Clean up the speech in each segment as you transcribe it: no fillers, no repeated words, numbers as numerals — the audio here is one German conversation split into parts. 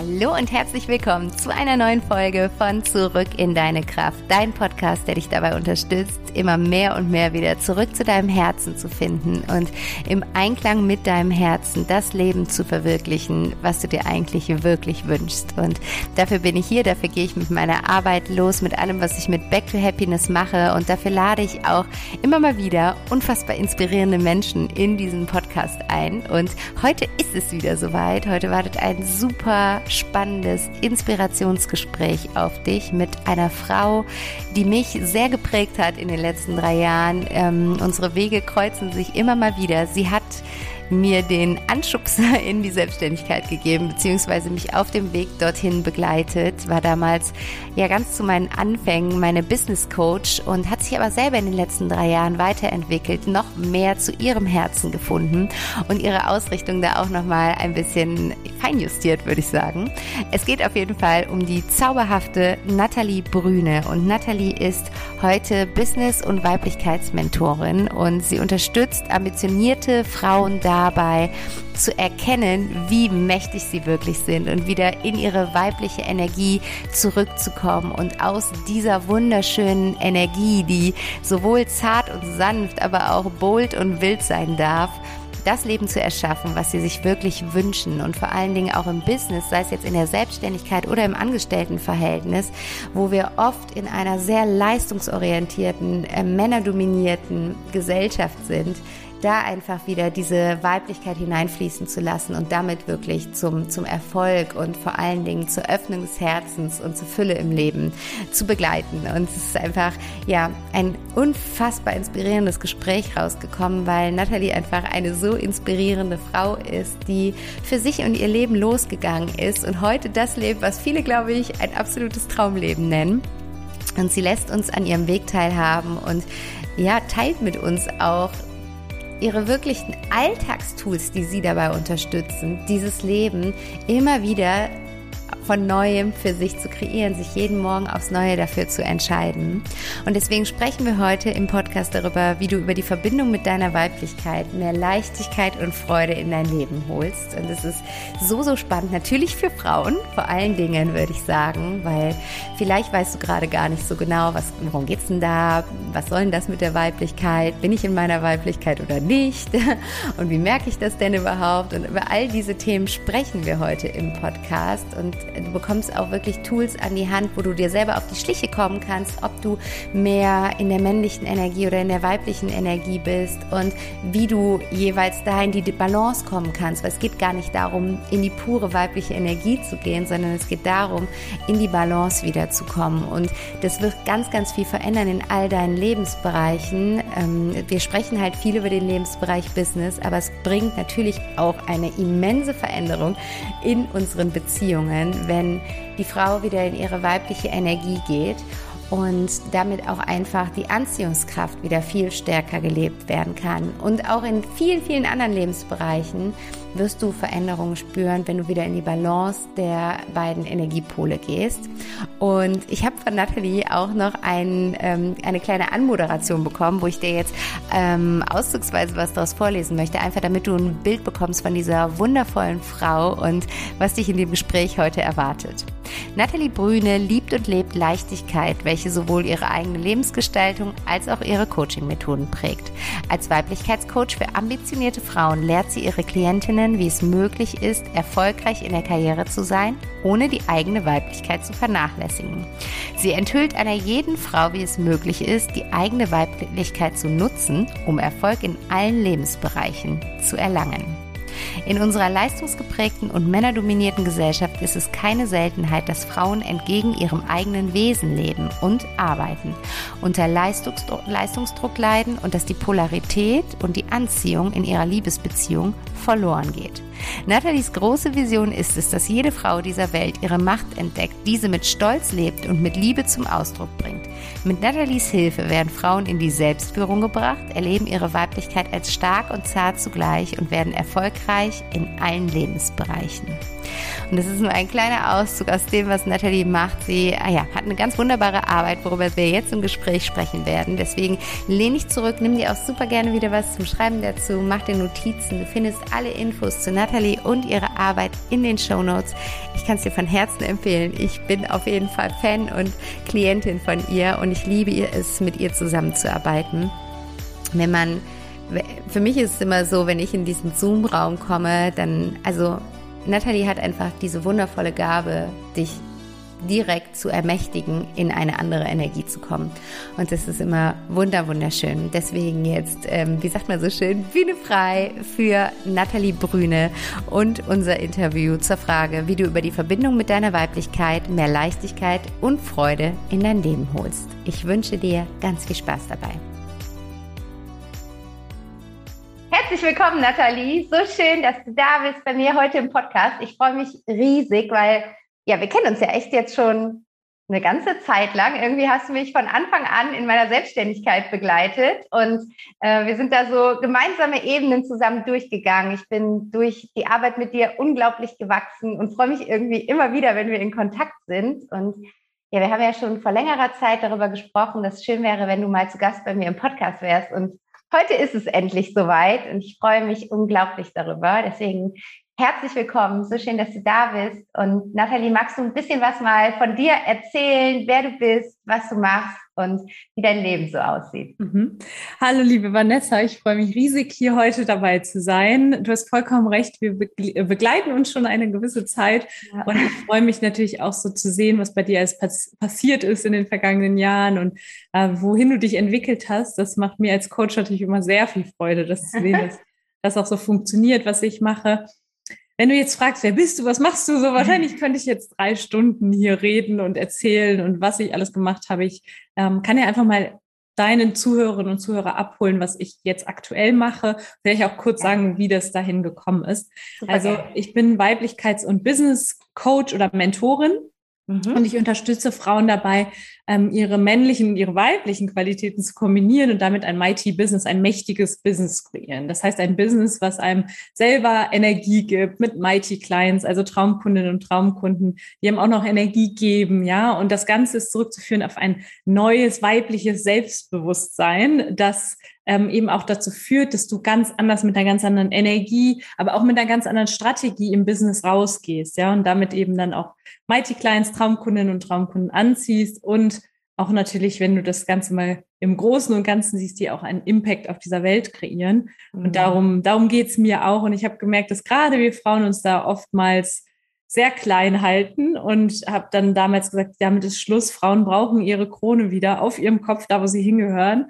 Hallo und herzlich willkommen zu einer neuen Folge von Zurück in deine Kraft, dein Podcast, der dich dabei unterstützt, immer mehr und mehr wieder zurück zu deinem Herzen zu finden und im Einklang mit deinem Herzen das Leben zu verwirklichen, was du dir eigentlich wirklich wünschst. Und dafür bin ich hier, dafür gehe ich mit meiner Arbeit los, mit allem, was ich mit Back to Happiness mache, und dafür lade ich auch immer mal wieder unfassbar inspirierende Menschen in diesen Podcast ein. Und heute ist es wieder soweit. Heute wartet ein super spannendes Inspirationsgespräch auf dich mit einer Frau, die mich sehr geprägt hat in den letzten 3 Jahren. Unsere Wege kreuzen sich immer mal wieder. Sie hat mir den Anschubser in die Selbstständigkeit gegeben, beziehungsweise mich auf dem Weg dorthin begleitet, war damals ja ganz zu meinen Anfängen meine Business Coach und hat sich aber selber in den letzten 3 Jahren weiterentwickelt, noch mehr zu ihrem Herzen gefunden und ihre Ausrichtung da auch nochmal ein bisschen feinjustiert, würde ich sagen. Es geht auf jeden Fall um die zauberhafte Nathalie Brüne, und Nathalie ist heute Business- und Weiblichkeitsmentorin und sie unterstützt ambitionierte Frauen dabei zu erkennen, wie mächtig sie wirklich sind und wieder in ihre weibliche Energie zurückzukommen und aus dieser wunderschönen Energie, die sowohl zart und sanft, aber auch bold und wild sein darf, das Leben zu erschaffen, was sie sich wirklich wünschen, und vor allen Dingen auch im Business, sei es jetzt in der Selbstständigkeit oder im Angestelltenverhältnis, wo wir oft in einer sehr leistungsorientierten, männerdominierten Gesellschaft sind, da einfach wieder diese Weiblichkeit hineinfließen zu lassen und damit wirklich zum Erfolg und vor allen Dingen zur Öffnung des Herzens und zur Fülle im Leben zu begleiten. Und es ist einfach ein unfassbar inspirierendes Gespräch rausgekommen, weil Nathalie einfach eine so inspirierende Frau ist, die für sich und ihr Leben losgegangen ist und heute das lebt, was viele, glaube ich, ein absolutes Traumleben nennen. Und sie lässt uns an ihrem Weg teilhaben und teilt mit uns auch ihre wirklichen Alltagstools, die sie dabei unterstützen, dieses Leben immer wieder von Neuem für sich zu kreieren, sich jeden Morgen aufs Neue dafür zu entscheiden. Und deswegen sprechen wir heute im Podcast darüber, wie du über die Verbindung mit deiner Weiblichkeit mehr Leichtigkeit und Freude in dein Leben holst. Und es ist so, so spannend, natürlich für Frauen, vor allen Dingen würde ich sagen, weil vielleicht weißt du gerade gar nicht so genau, worum geht's denn da, was soll denn das mit der Weiblichkeit, bin ich in meiner Weiblichkeit oder nicht, und wie merke ich das denn überhaupt? Und über all diese Themen sprechen wir heute im Podcast, und du bekommst auch wirklich Tools an die Hand, wo du dir selber auf die Schliche kommen kannst, ob du mehr in der männlichen Energie oder in der weiblichen Energie bist und wie du jeweils da in die Balance kommen kannst. Weil es geht gar nicht darum, in die pure weibliche Energie zu gehen, sondern es geht darum, in die Balance wiederzukommen. Und das wird ganz, ganz viel verändern in all deinen Lebensbereichen. Wir sprechen halt viel über den Lebensbereich Business, aber es bringt natürlich auch eine immense Veränderung in unseren Beziehungen, wenn die Frau wieder in ihre weibliche Energie geht und damit auch einfach die Anziehungskraft wieder viel stärker gelebt werden kann. Und auch in vielen, vielen anderen Lebensbereichen wirst du Veränderungen spüren, wenn du wieder in die Balance der beiden Energiepole gehst. Und ich habe von Nathalie auch noch eine kleine Anmoderation bekommen, wo ich dir jetzt auszugsweise was daraus vorlesen möchte, einfach damit du ein Bild bekommst von dieser wundervollen Frau und was dich in dem Gespräch heute erwartet. Nathalie Brüne liebt und lebt Leichtigkeit, welche sowohl ihre eigene Lebensgestaltung als auch ihre Coaching-Methoden prägt. Als Weiblichkeitscoach für ambitionierte Frauen lehrt sie ihre Klientinnen, wie es möglich ist, erfolgreich in der Karriere zu sein, ohne die eigene Weiblichkeit zu vernachlässigen. Sie enthüllt einer jeden Frau, wie es möglich ist, die eigene Weiblichkeit zu nutzen, um Erfolg in allen Lebensbereichen zu erlangen. In unserer leistungsgeprägten und männerdominierten Gesellschaft ist es keine Seltenheit, dass Frauen entgegen ihrem eigenen Wesen leben und arbeiten, unter Leistungsdruck leiden und dass die Polarität und die Anziehung in ihrer Liebesbeziehung verloren geht. Nathalies große Vision ist es, dass jede Frau dieser Welt ihre Macht entdeckt, diese mit Stolz lebt und mit Liebe zum Ausdruck bringt. Mit Nathalies Hilfe werden Frauen in die Selbstführung gebracht, erleben ihre Weiblichkeit als stark und zart zugleich und werden erfolgreich erfolgreich in allen Lebensbereichen. Und das ist nur ein kleiner Auszug aus dem, was Nathalie macht. Sie hat eine ganz wunderbare Arbeit, worüber wir jetzt im Gespräch sprechen werden. Deswegen lehn dich zurück, nimm dir auch super gerne wieder was zum Schreiben dazu, mach dir Notizen. Du findest alle Infos zu Nathalie und ihrer Arbeit in den Shownotes. Ich kann es dir von Herzen empfehlen. Ich bin auf jeden Fall Fan und Klientin von ihr und ich liebe es, mit ihr zusammenzuarbeiten. Für mich ist es immer so, wenn ich in diesen Zoom-Raum komme, Nathalie hat einfach diese wundervolle Gabe, dich direkt zu ermächtigen, in eine andere Energie zu kommen. Und das ist immer wunderschön. Deswegen jetzt, wie sagt man so schön, Bühne frei für Nathalie Brüne und unser Interview zur Frage, wie du über die Verbindung mit deiner Weiblichkeit mehr Leichtigkeit und Freude in dein Leben holst. Ich wünsche dir ganz viel Spaß dabei. Herzlich willkommen, Nathalie. So schön, dass du da bist bei mir heute im Podcast. Ich freue mich riesig, weil wir kennen uns ja echt jetzt schon eine ganze Zeit lang. Irgendwie hast du mich von Anfang an in meiner Selbstständigkeit begleitet und wir sind da so gemeinsame Ebenen zusammen durchgegangen. Ich bin durch die Arbeit mit dir unglaublich gewachsen und freue mich irgendwie immer wieder, wenn wir in Kontakt sind. Und wir haben ja schon vor längerer Zeit darüber gesprochen, dass es schön wäre, wenn du mal zu Gast bei mir im Podcast wärst. Und heute ist es endlich soweit und ich freue mich unglaublich darüber. Deswegen herzlich willkommen, so schön, dass du da bist. Und Nathalie, magst du ein bisschen was mal von dir erzählen, wer du bist, was du machst und wie dein Leben so aussieht? Hallo, liebe Vanessa, ich freue mich riesig, hier heute dabei zu sein. Du hast vollkommen recht, wir begleiten uns schon eine gewisse Zeit und ich freue mich natürlich auch so zu sehen, was bei dir alles passiert ist in den vergangenen Jahren und wohin du dich entwickelt hast. Das macht mir als Coach natürlich immer sehr viel Freude, das zu sehen, dass das auch so funktioniert, was ich mache. Wenn du jetzt fragst, wer bist du, was machst du, so wahrscheinlich könnte ich jetzt 3 Stunden hier reden und erzählen und was ich alles gemacht habe. Ich kann ja einfach mal deinen Zuhörerinnen und Zuhörer abholen, was ich jetzt aktuell mache. Vielleicht auch kurz sagen, wie das dahin gekommen ist. Super, also ich bin Weiblichkeits- und Business-Coach oder Mentorin. Und ich unterstütze Frauen dabei, ihre männlichen und ihre weiblichen Qualitäten zu kombinieren und damit ein mighty Business, ein mächtiges Business kreieren. Das heißt, ein Business, was einem selber Energie gibt mit mighty Clients, also Traumkundinnen und Traumkunden, die einem auch noch Energie geben, ja. Und das Ganze ist zurückzuführen auf ein neues weibliches Selbstbewusstsein, das eben auch dazu führt, dass du ganz anders mit einer ganz anderen Energie, aber auch mit einer ganz anderen Strategie im Business rausgehst, ja, und damit eben dann auch Mighty Clients, Traumkundinnen und Traumkunden anziehst und auch natürlich, wenn du das Ganze mal im Großen und Ganzen siehst, die auch einen Impact auf dieser Welt kreieren. Und darum geht's mir auch. Und ich habe gemerkt, dass gerade wir Frauen uns da oftmals sehr klein halten und habe dann damals gesagt, damit ist Schluss. Frauen brauchen ihre Krone wieder auf ihrem Kopf, da wo sie hingehören.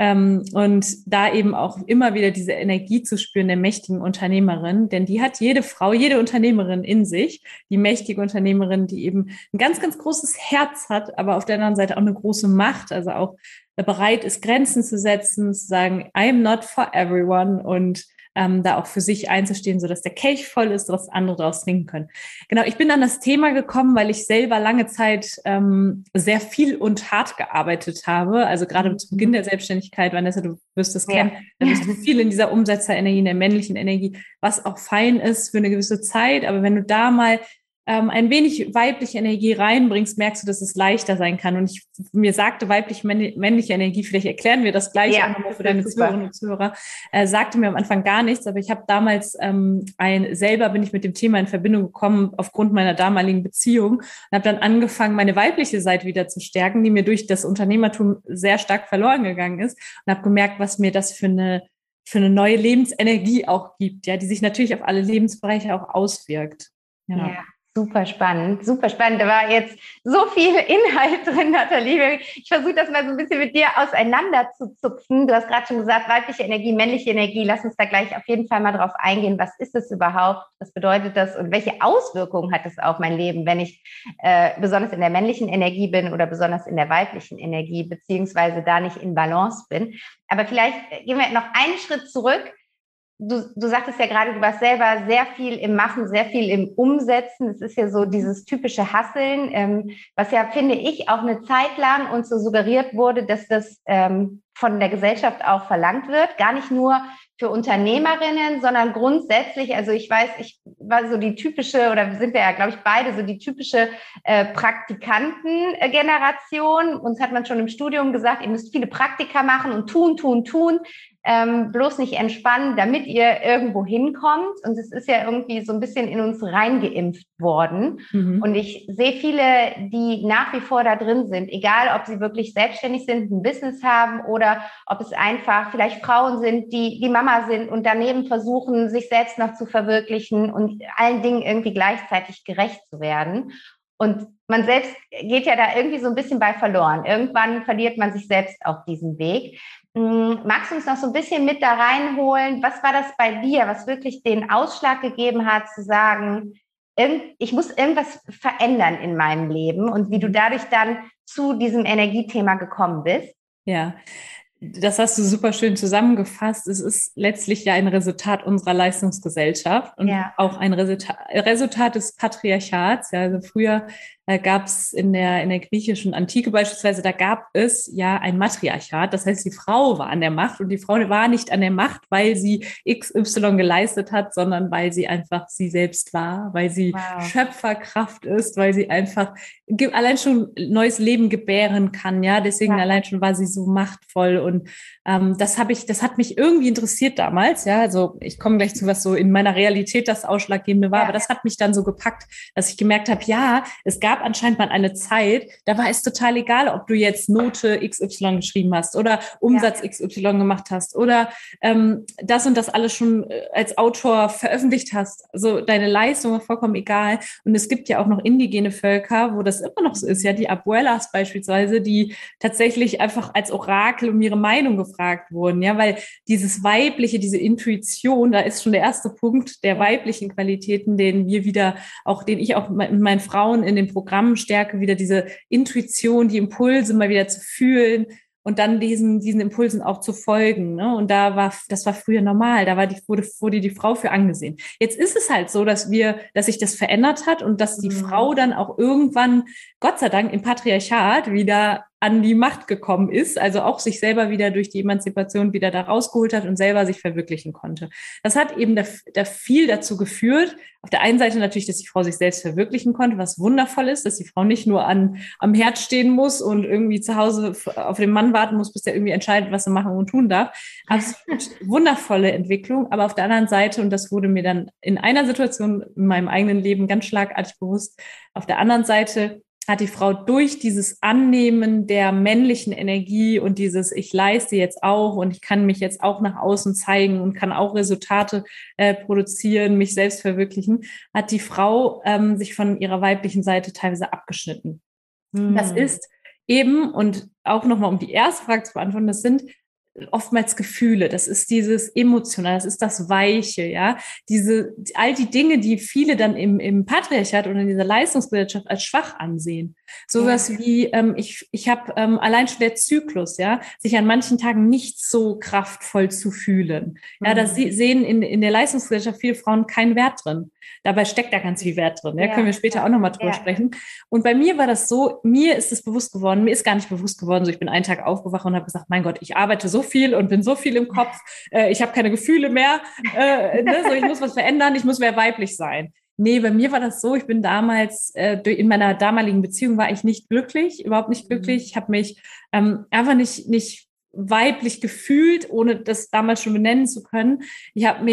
Und da eben auch immer wieder diese Energie zu spüren der mächtigen Unternehmerin, denn die hat jede Frau, jede Unternehmerin in sich, die mächtige Unternehmerin, die eben ein ganz, ganz großes Herz hat, aber auf der anderen Seite auch eine große Macht, also auch bereit ist, Grenzen zu setzen, zu sagen, I'm not for everyone und da auch für sich einzustehen, sodass der Kelch voll ist, dass andere daraus trinken können. Genau, ich bin an das Thema gekommen, weil ich selber lange Zeit sehr viel und hart gearbeitet habe. Also gerade zu Beginn der Selbstständigkeit, Vanessa, du wirst es kennen, da bist du viel in dieser Umsetzerenergie, in der männlichen Energie, was auch fein ist für eine gewisse Zeit. Aber wenn du da mal ein wenig weibliche Energie reinbringst, merkst du, dass es leichter sein kann. Und mir sagte männliche Energie, vielleicht erklären wir das gleich auch nochmal für deine Zuhörerinnen und Zuhörer, sagte mir am Anfang gar nichts, aber ich habe damals selber bin ich mit dem Thema in Verbindung gekommen aufgrund meiner damaligen Beziehung und habe dann angefangen, meine weibliche Seite wieder zu stärken, die mir durch das Unternehmertum sehr stark verloren gegangen ist und habe gemerkt, was mir das für eine neue Lebensenergie auch gibt, ja, die sich natürlich auf alle Lebensbereiche auch auswirkt. Ja. Super spannend, super spannend. Da war jetzt so viel Inhalt drin, Nathalie. Ich versuche das mal so ein bisschen mit dir auseinander zu zupfen. Du hast gerade schon gesagt, weibliche Energie, männliche Energie. Lass uns da gleich auf jeden Fall mal drauf eingehen. Was ist es überhaupt? Was bedeutet das? Und welche Auswirkungen hat es auf mein Leben, wenn ich besonders in der männlichen Energie bin oder besonders in der weiblichen Energie, beziehungsweise da nicht in Balance bin? Aber vielleicht gehen wir noch einen Schritt zurück. Du sagtest ja gerade, du warst selber sehr viel im Machen, sehr viel im Umsetzen. Es ist ja so dieses typische Hasseln, was ja, finde ich, auch eine Zeit lang uns so suggeriert wurde, dass das von der Gesellschaft auch verlangt wird. Gar nicht nur für Unternehmerinnen, sondern grundsätzlich, also ich weiß, ich war so die typische, oder sind wir ja, glaube ich, beide so die typische Praktikantengeneration. Uns hat man schon im Studium gesagt, ihr müsst viele Praktika machen und tun, tun, tun. Bloß nicht entspannen, damit ihr irgendwo hinkommt. Und es ist ja irgendwie so ein bisschen in uns reingeimpft worden. Und ich sehe viele, die nach wie vor da drin sind, egal ob sie wirklich selbstständig sind, ein Business haben oder ob es einfach vielleicht Frauen sind, die Mama sind und daneben versuchen, sich selbst noch zu verwirklichen und allen Dingen irgendwie gleichzeitig gerecht zu werden. Und man selbst geht ja da irgendwie so ein bisschen bei verloren. Irgendwann verliert man sich selbst auf diesem Weg. Magst du uns noch so ein bisschen mit da reinholen? Was war das bei dir, was wirklich den Ausschlag gegeben hat, zu sagen, ich muss irgendwas verändern in meinem Leben und wie du dadurch dann zu diesem Energiethema gekommen bist? Ja, das hast du super schön zusammengefasst. Es ist letztlich ja ein Resultat unserer Leistungsgesellschaft und auch ein Resultat des Patriarchats. Ja, also früher gab es in der griechischen Antike beispielsweise, da gab es ja ein Matriarchat. Das heißt, die Frau war an der Macht und die Frau war nicht an der Macht, weil sie XY geleistet hat, sondern weil sie einfach sie selbst war, weil sie Schöpferkraft ist, weil sie einfach allein schon neues Leben gebären kann. Ja, deswegen allein schon war sie so machtvoll und das hat mich irgendwie interessiert damals. Ja, also ich komme gleich zu, was so in meiner Realität das Ausschlaggebende war, aber das hat mich dann so gepackt, dass ich gemerkt habe, ja, es gab anscheinend mal eine Zeit, da war es total egal, ob du jetzt Note XY geschrieben hast oder Umsatz XY gemacht hast oder das und das alles schon als Autor veröffentlicht hast. Also deine Leistung war vollkommen egal. Und es gibt ja auch noch indigene Völker, wo das immer noch so ist, ja, die Abuelas beispielsweise, die tatsächlich einfach als Orakel um ihre Meinung gefragt wurden, ja, weil dieses Weibliche, diese Intuition, da ist schon der erste Punkt der weiblichen Qualitäten, den ich auch mit meinen Frauen in den Programmen stärke, wieder diese Intuition, die Impulse mal wieder zu fühlen und dann diesen Impulsen auch zu folgen. Ne? Und das war früher normal, wurde die Frau für angesehen. Jetzt ist es halt so, dass sich das verändert hat und dass die Frau dann auch irgendwann, Gott sei Dank, im Patriarchat wieder an die Macht gekommen ist, also auch sich selber wieder durch die Emanzipation wieder da rausgeholt hat und selber sich verwirklichen konnte. Das hat eben da viel dazu geführt. Auf der einen Seite natürlich, dass die Frau sich selbst verwirklichen konnte, was wundervoll ist, dass die Frau nicht nur am Herd stehen muss und irgendwie zu Hause auf den Mann warten muss, bis der irgendwie entscheidet, was er machen und tun darf. Absolut wundervolle Entwicklung. Aber auf der anderen Seite, und das wurde mir dann in einer Situation in meinem eigenen Leben ganz schlagartig bewusst, auf der anderen Seite hat die Frau durch dieses Annehmen der männlichen Energie und dieses ich leiste jetzt auch und ich kann mich jetzt auch nach außen zeigen und kann auch Resultate produzieren, mich selbst verwirklichen, hat die Frau sich von ihrer weiblichen Seite teilweise abgeschnitten. Das ist eben, und auch nochmal um die erste Frage zu beantworten, das sind oftmals Gefühle, das ist dieses Emotionale, das ist das Weiche, ja, all die Dinge, die viele dann im Patriarchat oder in dieser Leistungsgesellschaft als schwach ansehen. Sowas wie, ich habe allein schon der Zyklus, ja, sich an manchen Tagen nicht so kraftvoll zu fühlen. Ja, da sehen in der Leistungsgesellschaft viele Frauen keinen Wert drin. Dabei steckt da ganz viel Wert drin. Ja, können wir später auch nochmal drüber sprechen. Und bei mir war das so, mir ist es bewusst geworden, mir ist gar nicht bewusst geworden, so ich bin einen Tag aufgewacht und habe gesagt, mein Gott, ich arbeite so viel und bin so viel im Kopf, ich habe keine Gefühle mehr, so, ich muss was verändern, ich muss mehr weiblich sein. Nee, bei mir war das so, ich bin damals, in meiner damaligen Beziehung war ich nicht glücklich, überhaupt nicht glücklich. Ich habe mich einfach nicht weiblich gefühlt, ohne das damals schon benennen zu können. Ich habe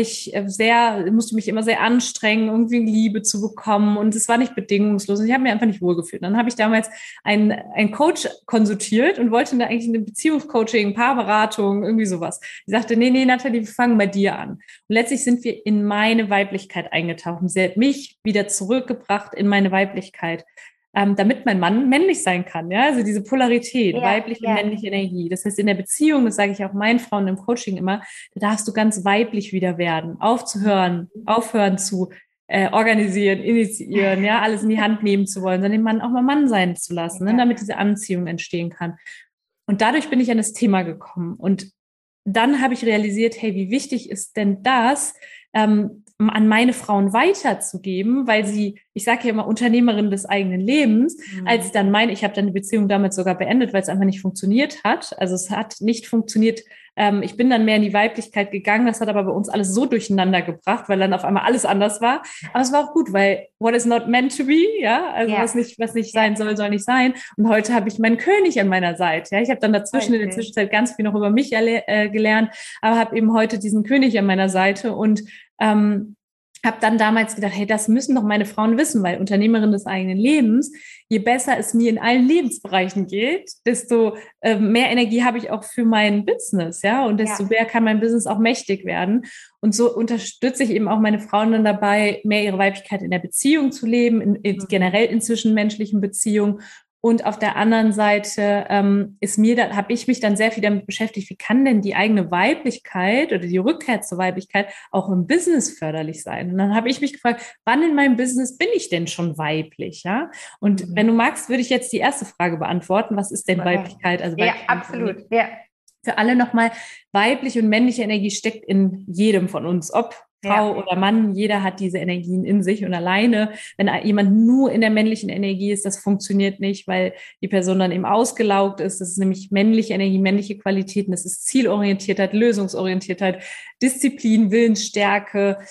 musste mich immer sehr anstrengen, irgendwie Liebe zu bekommen und es war nicht bedingungslos und ich habe mich einfach nicht wohlgefühlt. Dann habe ich damals einen Coach konsultiert und wollte eigentlich eine Beziehungscoaching, Paarberatung, irgendwie sowas. Ich sagte, nee, Nathalie, wir fangen bei dir an. Und letztlich sind wir in meine Weiblichkeit eingetaucht. Sie hat mich wieder zurückgebracht in meine Weiblichkeit. Damit mein Mann männlich sein kann, ja, also diese Polarität, weibliche und männliche Energie. Das heißt, in der Beziehung, das sage ich auch meinen Frauen im Coaching immer, da darfst du ganz weiblich wieder werden, aufhören zu organisieren, initiieren, ja, alles in die Hand nehmen zu wollen, sondern den Mann auch mal Mann sein zu lassen, ne, damit diese Anziehung entstehen kann. Und dadurch bin ich an das Thema gekommen. Und dann habe ich realisiert, hey, wie wichtig ist denn das, an meine Frauen weiterzugeben, weil ich sage ja immer, Unternehmerin des eigenen Lebens, als dann ich habe dann die Beziehung damals sogar beendet, weil es einfach nicht funktioniert hat. Also es hat nicht funktioniert, Ich bin dann mehr in die Weiblichkeit gegangen. Das hat aber bei uns alles so durcheinander gebracht, weil dann auf einmal alles anders war. Aber es war auch gut, weil what is not meant to be, ja, also was nicht sein soll, soll nicht sein. Und heute habe ich meinen König an meiner Seite. Ja, ich habe dann dazwischen in der Zwischenzeit ganz viel noch über mich gelernt, aber habe eben heute diesen König an meiner Seite und habe dann damals gedacht, hey, das müssen doch meine Frauen wissen, weil Unternehmerin des eigenen Lebens, je besser es mir in allen Lebensbereichen geht, desto mehr Energie habe ich auch für mein Business, ja, und desto mehr kann mein Business auch mächtig werden. Und so unterstütze ich eben auch meine Frauen dann dabei, mehr ihre Weiblichkeit in der Beziehung zu leben, generell in zwischenmenschlichen Beziehungen. Und auf der anderen Seite habe ich mich dann sehr viel damit beschäftigt, wie kann denn die eigene Weiblichkeit oder die Rückkehr zur Weiblichkeit auch im Business förderlich sein? Und dann habe ich mich gefragt, wann in meinem Business bin ich denn schon weiblich? Ja? Und wenn du magst, würde ich jetzt die erste Frage beantworten. Was ist denn Weiblichkeit? Also Weiblichkeit, absolut. Ja. Für alle nochmal, weibliche und männliche Energie steckt in jedem von uns, ob Frau oder Mann, jeder hat diese Energien in sich und alleine, wenn jemand nur in der männlichen Energie ist, das funktioniert nicht, weil die Person dann eben ausgelaugt ist. Das ist nämlich männliche Energie, männliche Qualitäten, das ist Zielorientiertheit, Lösungsorientiertheit, Disziplin, Willensstärke,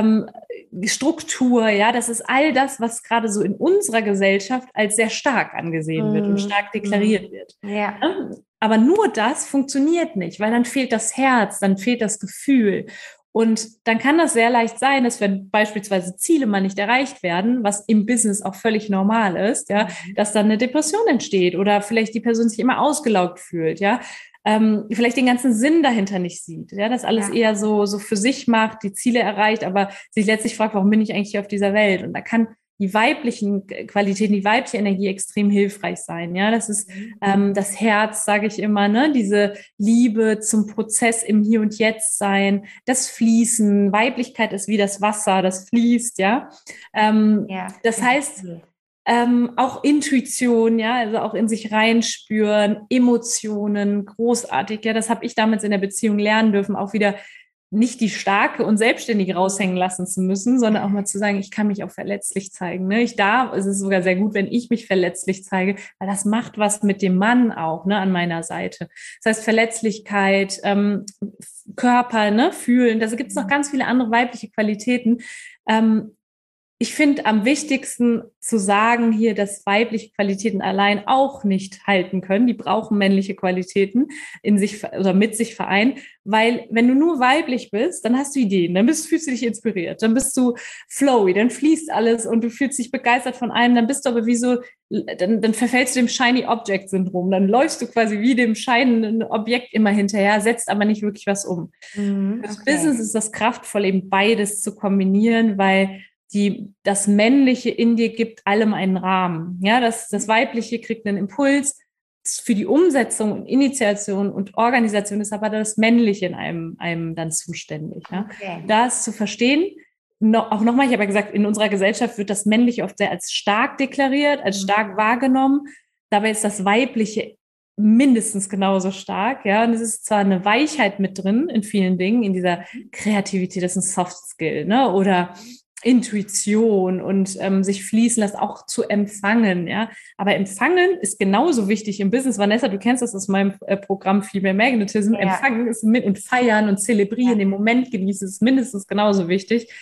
Struktur, ja, das ist all das, was gerade so in unserer Gesellschaft als sehr stark angesehen wird und stark deklariert wird. Ja. Aber nur das funktioniert nicht, weil dann fehlt das Herz, dann fehlt das Gefühl. Und dann kann das sehr leicht sein, dass wenn beispielsweise Ziele mal nicht erreicht werden, was im Business auch völlig normal ist, ja, dass dann eine Depression entsteht oder vielleicht die Person sich immer ausgelaugt fühlt, ja, vielleicht den ganzen Sinn dahinter nicht sieht, ja, das alles eher so für sich macht, die Ziele erreicht, aber sich letztlich fragt, warum bin ich eigentlich hier auf dieser Welt? Und da kann die weiblichen Qualitäten, die weibliche Energie extrem hilfreich sein. Ja, das ist das Herz, sage ich immer, ne? Diese Liebe zum Prozess im Hier und Jetzt sein, das Fließen. Weiblichkeit ist wie das Wasser, das fließt. Ja, das heißt auch Intuition, ja, also auch in sich reinspüren, Emotionen, großartig. Ja, das habe ich damals in der Beziehung lernen dürfen, auch wieder nicht die Starke und Selbstständige raushängen lassen zu müssen, sondern auch mal zu sagen, ich kann mich auch verletzlich zeigen. Ne? Es ist sogar sehr gut, wenn ich mich verletzlich zeige, weil das macht was mit dem Mann auch, ne, an meiner Seite. Das heißt Verletzlichkeit, Körper, ne, fühlen. Da gibt es noch ganz viele andere weibliche Qualitäten. Ich finde am wichtigsten zu sagen hier, dass weibliche Qualitäten allein auch nicht halten können. Die brauchen männliche Qualitäten in sich oder mit sich vereint, weil wenn du nur weiblich bist, dann hast du Ideen, dann fühlst du dich inspiriert, dann bist du flowy, dann fließt alles und du fühlst dich begeistert von allem, dann bist du aber dann verfällst du dem Shiny Object Syndrom, dann läufst du quasi wie dem scheinenden Objekt immer hinterher, setzt aber nicht wirklich was um. Fürs Business ist das kraftvoll, eben beides zu kombinieren, weil das Männliche in dir gibt allem einen Rahmen. Ja, das Weibliche kriegt einen Impuls. Für die Umsetzung und Initiation und Organisation ist aber das Männliche in einem dann zuständig. Ja. Das zu verstehen, auch nochmal, ich habe ja gesagt, in unserer Gesellschaft wird das Männliche oft sehr als stark deklariert, als stark wahrgenommen. Dabei ist das Weibliche mindestens genauso stark, ja, und es ist zwar eine Weichheit mit drin in vielen Dingen, in dieser Kreativität, das ist ein Soft Skill, ne, oder Intuition und sich fließen lassen, auch zu empfangen, ja. Aber empfangen ist genauso wichtig im Business. Vanessa, du kennst das aus meinem Programm Female Magnetism. Empfangen ist mit und feiern und zelebrieren, den Moment genießen, ist mindestens genauso wichtig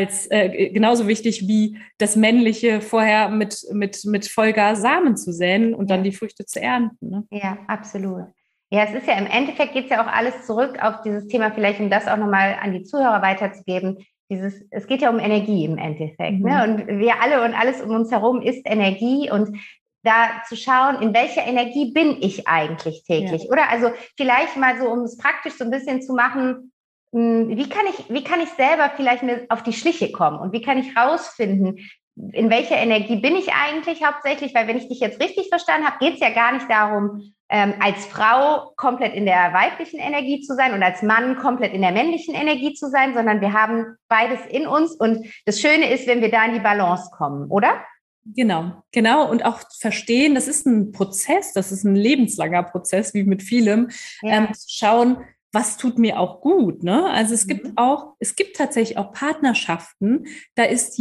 genauso wichtig wie das Männliche vorher mit Vollgas Samen zu säen und dann die Früchte zu ernten. Ne? Ja, absolut. Ja, es ist ja im Endeffekt geht es ja auch alles zurück auf dieses Thema, vielleicht um das auch nochmal an die Zuhörer weiterzugeben. Es geht ja um Energie im Endeffekt. Ne? Und wir alle und alles um uns herum ist Energie und da zu schauen, in welcher Energie bin ich eigentlich täglich? Oder also vielleicht mal so, um es praktisch so ein bisschen zu machen, wie kann ich selber vielleicht auf die Schliche kommen und wie kann ich rausfinden, in welcher Energie bin ich eigentlich hauptsächlich? Weil wenn ich dich jetzt richtig verstanden habe, geht es ja gar nicht darum, als Frau komplett in der weiblichen Energie zu sein und als Mann komplett in der männlichen Energie zu sein, sondern wir haben beides in uns und das Schöne ist, wenn wir da in die Balance kommen, oder? Genau. Und auch verstehen, das ist ein Prozess, das ist ein lebenslanger Prozess, wie mit vielem, zu schauen, was tut mir auch gut, ne? Also es gibt tatsächlich auch Partnerschaften, da ist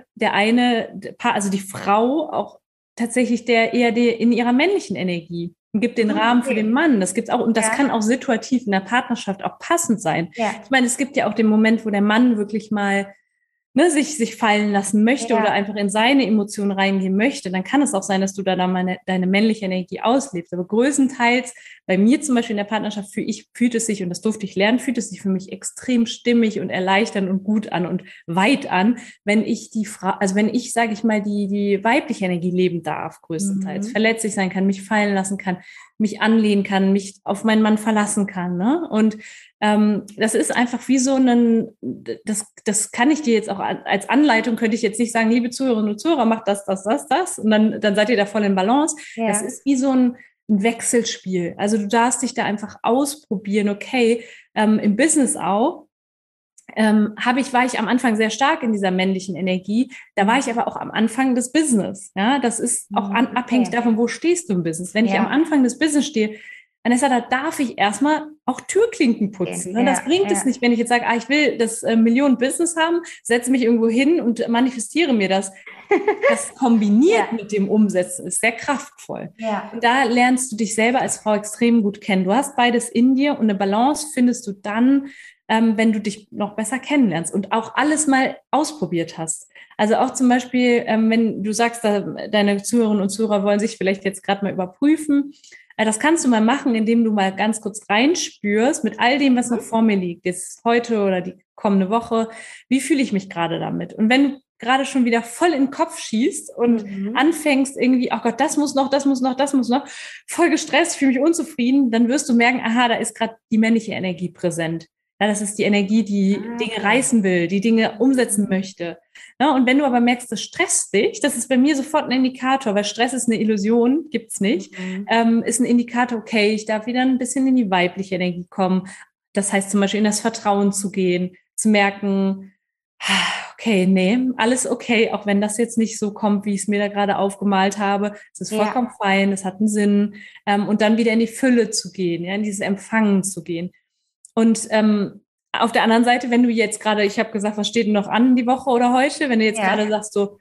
also die Frau auch tatsächlich in ihrer männlichen Energie. und gibt den Rahmen für den Mann. Das gibt's auch. Und das kann auch situativ in der Partnerschaft auch passend sein. Ja. Ich meine, es gibt ja auch den Moment, wo der Mann wirklich mal sich fallen lassen möchte oder einfach in seine Emotionen reingehen möchte, dann kann es auch sein, dass du da mal deine männliche Energie auslebst. Aber größtenteils, bei mir zum Beispiel in der Partnerschaft, fühlt es sich, und das durfte ich lernen, fühlt es sich für mich extrem stimmig und erleichternd und gut an und weit an, wenn ich sage ich mal, die weibliche Energie leben darf, größtenteils, verletzlich sein kann, mich fallen lassen kann, mich anlehnen kann, mich auf meinen Mann verlassen kann, ne? Und das ist einfach wie so das kann ich dir jetzt auch als Anleitung, könnte ich jetzt nicht sagen, liebe Zuhörerinnen und Zuhörer, macht das. Und dann seid ihr da voll in Balance. Ja. Das ist wie so ein Wechselspiel. Also du darfst dich da einfach ausprobieren, okay, im Business auch. War ich am Anfang sehr stark in dieser männlichen Energie. Da war ich aber auch am Anfang des Business. Ja, das ist auch abhängig davon, wo stehst du im Business. Wenn ich am Anfang des Business stehe, Vanessa, da darf ich erstmal auch Türklinken putzen. Ja, das bringt es nicht, wenn ich jetzt sage, ich will das Millionen-Business haben, setze mich irgendwo hin und manifestiere mir das. Das kombiniert mit dem Umsetzen ist sehr kraftvoll. Ja. Und da lernst du dich selber als Frau extrem gut kennen. Du hast beides in dir und eine Balance findest du dann, wenn du dich noch besser kennenlernst und auch alles mal ausprobiert hast. Also auch zum Beispiel, wenn du sagst, deine Zuhörerinnen und Zuhörer wollen sich vielleicht jetzt gerade mal überprüfen, das kannst du mal machen, indem du mal ganz kurz reinspürst mit all dem, was noch vor mir liegt, jetzt heute oder die kommende Woche. Wie fühle ich mich gerade damit? Und wenn du gerade schon wieder voll in den Kopf schießt und anfängst irgendwie, oh Gott, das muss noch, voll gestresst, fühle mich unzufrieden, dann wirst du merken, da ist gerade die männliche Energie präsent. Ja, das ist die Energie, die Dinge reißen will, die Dinge umsetzen möchte. Ja, und wenn du aber merkst, das stresst dich, das ist bei mir sofort ein Indikator, weil Stress ist eine Illusion, gibt's nicht, ist ein Indikator, okay, ich darf wieder ein bisschen in die weibliche Energie kommen. Das heißt zum Beispiel in das Vertrauen zu gehen, zu merken, okay, nee, alles okay, auch wenn das jetzt nicht so kommt, wie ich es mir da gerade aufgemalt habe. Es ist vollkommen fein, es hat einen Sinn. Und dann wieder in die Fülle zu gehen, in dieses Empfangen zu gehen. Und auf der anderen Seite, wenn du jetzt gerade, ich habe gesagt, was steht denn noch an die Woche oder heute, wenn du jetzt gerade sagst so,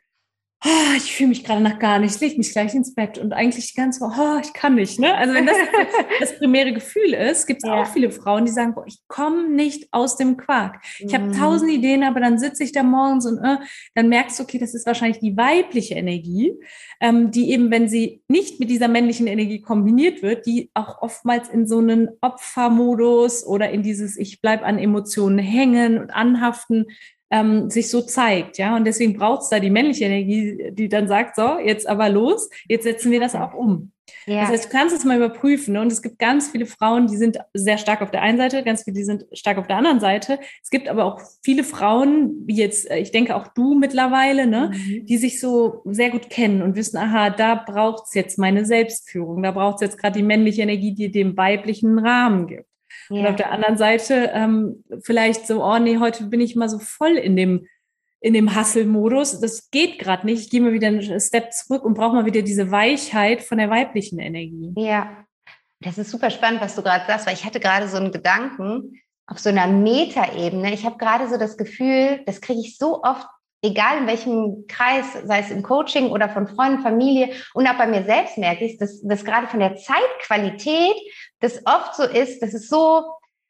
ich fühle mich gerade nach gar nichts, leg mich gleich ins Bett und eigentlich die ganze Woche, ich kann nicht, ne? Also wenn das das primäre Gefühl ist, gibt es auch viele Frauen, die sagen, ich komme nicht aus dem Quark. Ich habe 1000 Ideen, aber dann sitze ich da morgens und dann merkst du, okay, das ist wahrscheinlich die weibliche Energie, die eben, wenn sie nicht mit dieser männlichen Energie kombiniert wird, die auch oftmals in so einen Opfermodus oder in dieses ich bleib an Emotionen hängen und anhaften, sich so zeigt, ja, und deswegen braucht es da die männliche Energie, die dann sagt, so, jetzt aber los, jetzt setzen wir das auch um. Ja. Das heißt, du kannst es mal überprüfen, ne? Und es gibt ganz viele Frauen, die sind sehr stark auf der einen Seite, ganz viele, die sind stark auf der anderen Seite. Es gibt aber auch viele Frauen, wie jetzt, ich denke auch du mittlerweile, ne, die sich so sehr gut kennen und wissen, da braucht es jetzt meine Selbstführung, da braucht es jetzt gerade die männliche Energie, die dem weiblichen Rahmen gibt. Und auf der anderen Seite vielleicht so, heute bin ich mal so voll in dem Hustle-Modus. Das geht gerade nicht. Ich gehe mal wieder einen Step zurück und brauche mal wieder diese Weichheit von der weiblichen Energie. Ja, das ist super spannend, was du gerade sagst, weil ich hatte gerade so einen Gedanken auf so einer Metaebene. Ich habe gerade so das Gefühl, das kriege ich so oft, egal in welchem Kreis, sei es im Coaching oder von Freunden, Familie und auch bei mir selbst merke ich, dass gerade von der Zeitqualität das oft so ist, dass es so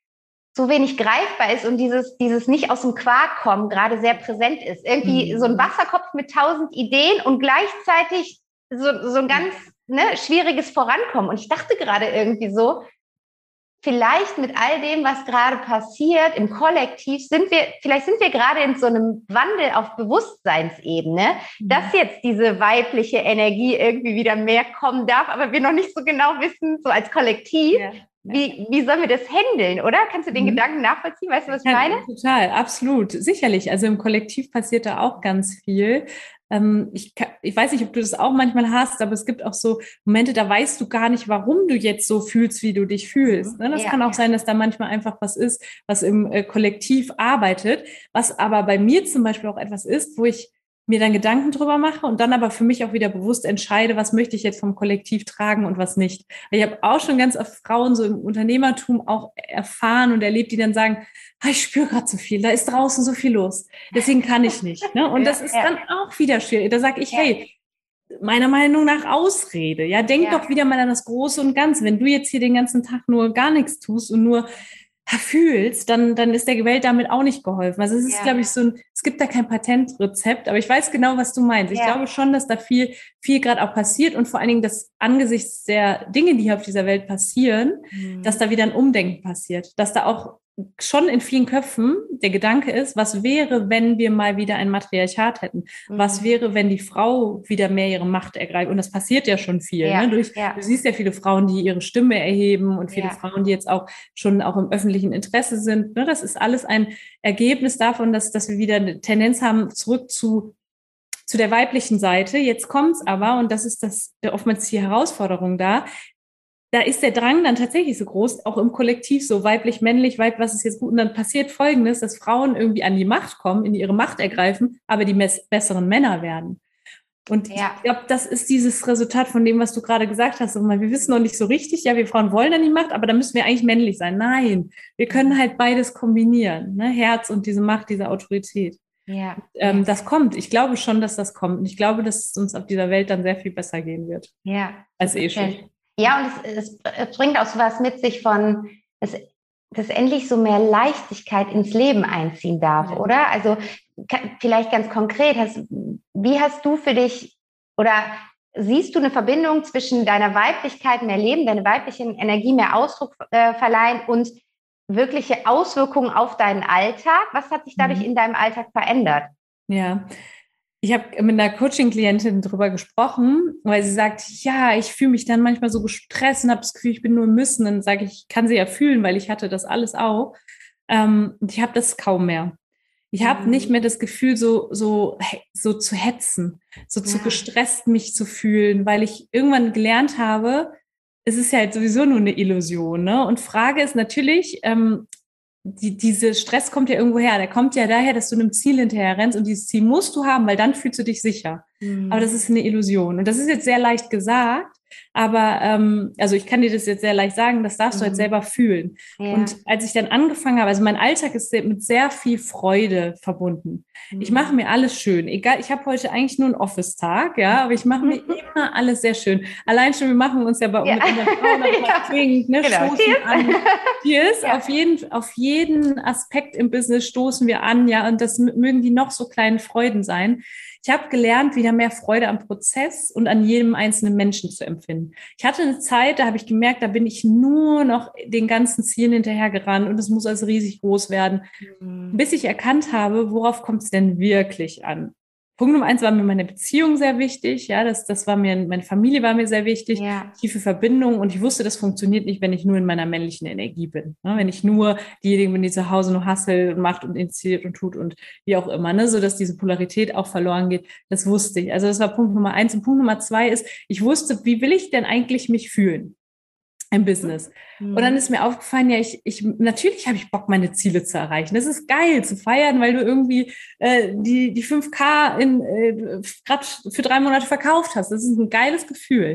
wenig greifbar ist und dieses nicht aus dem Quark kommen gerade sehr präsent ist. Irgendwie so ein Wasserkopf mit 1000 Ideen und gleichzeitig so ein ganz schwieriges Vorankommen. Und ich dachte gerade irgendwie so, vielleicht mit all dem, was gerade passiert im Kollektiv, vielleicht sind wir gerade in so einem Wandel auf Bewusstseinsebene, dass jetzt diese weibliche Energie irgendwie wieder mehr kommen darf, aber wir noch nicht so genau wissen, so als Kollektiv, wie sollen wir das handeln, oder? Kannst du den Gedanken nachvollziehen? Weißt du, was ich meine? Total, absolut, sicherlich. Also im Kollektiv passiert da auch ganz viel. Ich weiß nicht, ob du das auch manchmal hast, aber es gibt auch so Momente, da weißt du gar nicht, warum du jetzt so fühlst, wie du dich fühlst. Ne? Das kann auch sein, dass da manchmal einfach was ist, was im Kollektiv arbeitet, was aber bei mir zum Beispiel auch etwas ist, wo ich mir dann Gedanken drüber mache und dann aber für mich auch wieder bewusst entscheide, was möchte ich jetzt vom Kollektiv tragen und was nicht. Ich habe auch schon ganz oft Frauen so im Unternehmertum auch erfahren und erlebt, die dann sagen, ich spüre gerade so viel, da ist draußen so viel los, deswegen kann ich nicht. Ne? Und das ist dann auch wieder schwierig. Da sage ich, hey, meiner Meinung nach Ausrede. Ja, denk doch wieder mal an das Große und Ganze. Wenn du jetzt hier den ganzen Tag nur gar nichts tust und nur fühlst, dann ist der Welt damit auch nicht geholfen. Also es ist, glaube ich, es gibt da kein Patentrezept, aber ich weiß genau, was du meinst. Ich glaube schon, dass da viel gerade auch passiert und vor allen Dingen, dass angesichts der Dinge, die hier auf dieser Welt passieren, dass da wieder ein Umdenken passiert, dass da auch schon in vielen Köpfen der Gedanke ist, was wäre, wenn wir mal wieder ein Matriarchat hätten? Was wäre, wenn die Frau wieder mehr ihre Macht ergreift? Und das passiert ja schon viel. Ne? Du siehst ja viele Frauen, die ihre Stimme erheben und viele Frauen, die jetzt auch schon auch im öffentlichen Interesse sind. Ne? Das ist alles ein Ergebnis davon, dass wir wieder eine Tendenz haben, zurück zu der weiblichen Seite. Jetzt kommt's aber, und das ist oftmals die Herausforderung da ist der Drang dann tatsächlich so groß, auch im Kollektiv so weiblich, männlich, was ist jetzt gut? Und dann passiert Folgendes, dass Frauen irgendwie an die Macht kommen, in ihre Macht ergreifen, aber die besseren Männer werden. Und ich glaube, das ist dieses Resultat von dem, was du gerade gesagt hast. Und wir wissen noch nicht so richtig, ja, wir Frauen wollen dann die Macht, aber da müssen wir eigentlich männlich sein. Nein, wir können halt beides kombinieren, ne? Herz und diese Macht, diese Autorität. Das kommt. Ich glaube schon, dass das kommt. Und ich glaube, dass es uns auf dieser Welt dann sehr viel besser gehen wird. Als schon. Ja, und es bringt auch so was mit sich von, dass endlich so mehr Leichtigkeit ins Leben einziehen darf, oder? Also vielleicht ganz konkret, wie hast du für dich oder siehst du eine Verbindung zwischen deiner Weiblichkeit mehr Leben, deiner weiblichen Energie mehr Ausdruck verleihen und wirkliche Auswirkungen auf deinen Alltag? Was hat sich dadurch in deinem Alltag verändert? Ja, ich habe mit einer Coaching-Klientin darüber gesprochen, weil sie sagt, ja, ich fühle mich dann manchmal so gestresst und habe das Gefühl, ich bin nur im Müssen. Dann sage ich kann sie ja fühlen, weil ich hatte das alles auch. Und ich habe das kaum mehr. Ich habe nicht mehr das Gefühl, so zu hetzen, zu gestresst mich zu fühlen, weil ich irgendwann gelernt habe, es ist ja halt sowieso nur eine Illusion. Ne? Und Frage ist natürlich, diese Stress kommt ja irgendwo her. Der kommt ja daher, dass du einem Ziel hinterher rennst und dieses Ziel musst du haben, weil dann fühlst du dich sicher. Aber das ist eine Illusion. Und das ist jetzt sehr leicht gesagt, aber also ich kann dir das jetzt sehr leicht sagen, das darfst du halt selber fühlen. Und als ich dann angefangen habe, also mein Alltag ist mit sehr viel Freude verbunden. Ich mache mir alles schön. Egal, ich habe heute eigentlich nur einen Office-Tag, ja, aber ich mache mir immer alles sehr schön. Allein schon, wir machen uns ja mit unseren Frauen auch Trink, ne, stoßen an. Cheers, auf jeden Aspekt im Business stoßen wir an, ja, und das mögen die noch so kleinen Freuden sein. Ich habe gelernt, wieder mehr Freude am Prozess und an jedem einzelnen Menschen zu empfinden. Ich hatte eine Zeit, da habe ich gemerkt, da bin ich nur noch den ganzen Zielen hinterhergerannt und es muss also riesig groß werden, bis ich erkannt habe, worauf kommt es denn wirklich an? Punkt Nummer 1 war mir meine Beziehung sehr wichtig, ja, das war mir, meine Familie war mir sehr wichtig, tiefe Verbindung und ich wusste, das funktioniert nicht, wenn ich nur in meiner männlichen Energie bin, ne? Wenn ich nur diejenige bin, die zu Hause nur hustelt und macht und initiiert und tut und wie auch immer, ne, so dass diese Polarität auch verloren geht, das wusste ich. Also das war Punkt Nummer 1 und Punkt Nummer 2 ist, ich wusste, wie will ich denn eigentlich mich fühlen im Business. Und dann ist mir aufgefallen, ja, natürlich habe ich Bock, meine Ziele zu erreichen. Das ist geil zu feiern, weil du irgendwie die 5K gerade für 3 Monate verkauft hast. Das ist ein geiles Gefühl.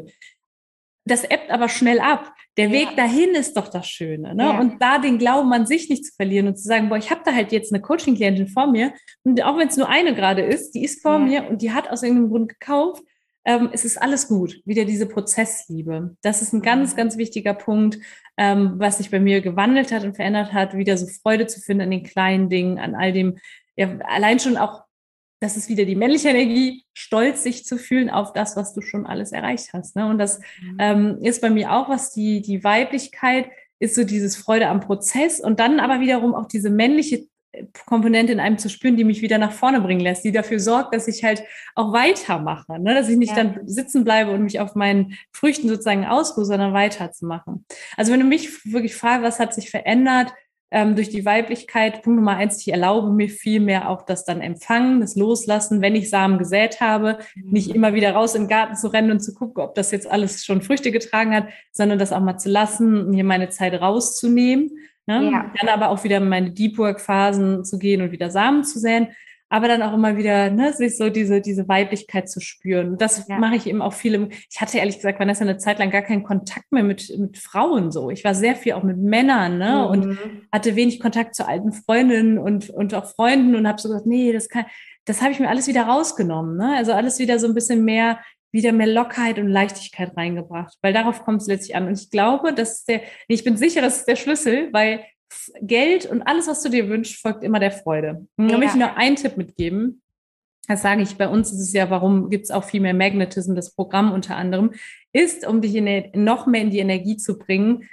Das ebbt aber schnell ab. Der Weg dahin ist doch das Schöne. Ne? Und da den Glauben an sich nicht zu verlieren und zu sagen, boah, ich habe da halt jetzt eine Coaching-Klientin vor mir und auch wenn es nur eine gerade ist, die ist vor mir und die hat aus irgendeinem Grund gekauft, es ist alles gut. Wieder diese Prozessliebe. Das ist ein ganz, ganz wichtiger Punkt, was sich bei mir gewandelt hat und verändert hat, wieder so Freude zu finden an den kleinen Dingen, an all dem, ja, allein schon auch, das ist wieder die männliche Energie, stolz sich zu fühlen auf das, was du schon alles erreicht hast. Ne? Und das ist bei mir auch, was die Weiblichkeit ist, so dieses Freude am Prozess und dann aber wiederum auch diese männliche Komponente in einem zu spüren, die mich wieder nach vorne bringen lässt, die dafür sorgt, dass ich halt auch weitermache, ne? Dass ich nicht dann sitzen bleibe und mich auf meinen Früchten sozusagen ausruhe, sondern weiterzumachen. Also wenn du mich wirklich fragst, was hat sich verändert durch die Weiblichkeit, Punkt Nummer 1, ich erlaube mir viel mehr auch das dann empfangen, das Loslassen, wenn ich Samen gesät habe, nicht immer wieder raus in den Garten zu rennen und zu gucken, ob das jetzt alles schon Früchte getragen hat, sondern das auch mal zu lassen, mir meine Zeit rauszunehmen. Ne? Dann aber auch wieder in meine Deep Work Phasen zu gehen und wieder Samen zu säen, aber dann auch immer wieder, ne, sich so diese Weiblichkeit zu spüren. Und das mache ich eben auch viel. Ich hatte ehrlich gesagt, Vanessa, eine Zeit lang gar keinen Kontakt mehr mit Frauen so. Ich war sehr viel auch mit Männern, ne, und hatte wenig Kontakt zu alten Freundinnen und auch Freunden und habe so gesagt, nee, das habe ich mir alles wieder rausgenommen, ne? Also alles wieder so ein bisschen mehr wieder mehr Lockerheit und Leichtigkeit reingebracht, weil darauf kommt es letztlich an. Und ich glaube, ich bin sicher, das ist der Schlüssel, weil Geld und alles, was du dir wünschst, folgt immer der Freude. Und da möchte ich noch einen Tipp mitgeben. Das sage ich, bei uns ist es ja, warum gibt es auch viel mehr Magnetism, das Programm unter anderem, ist, um dich noch mehr in die Energie zu bringen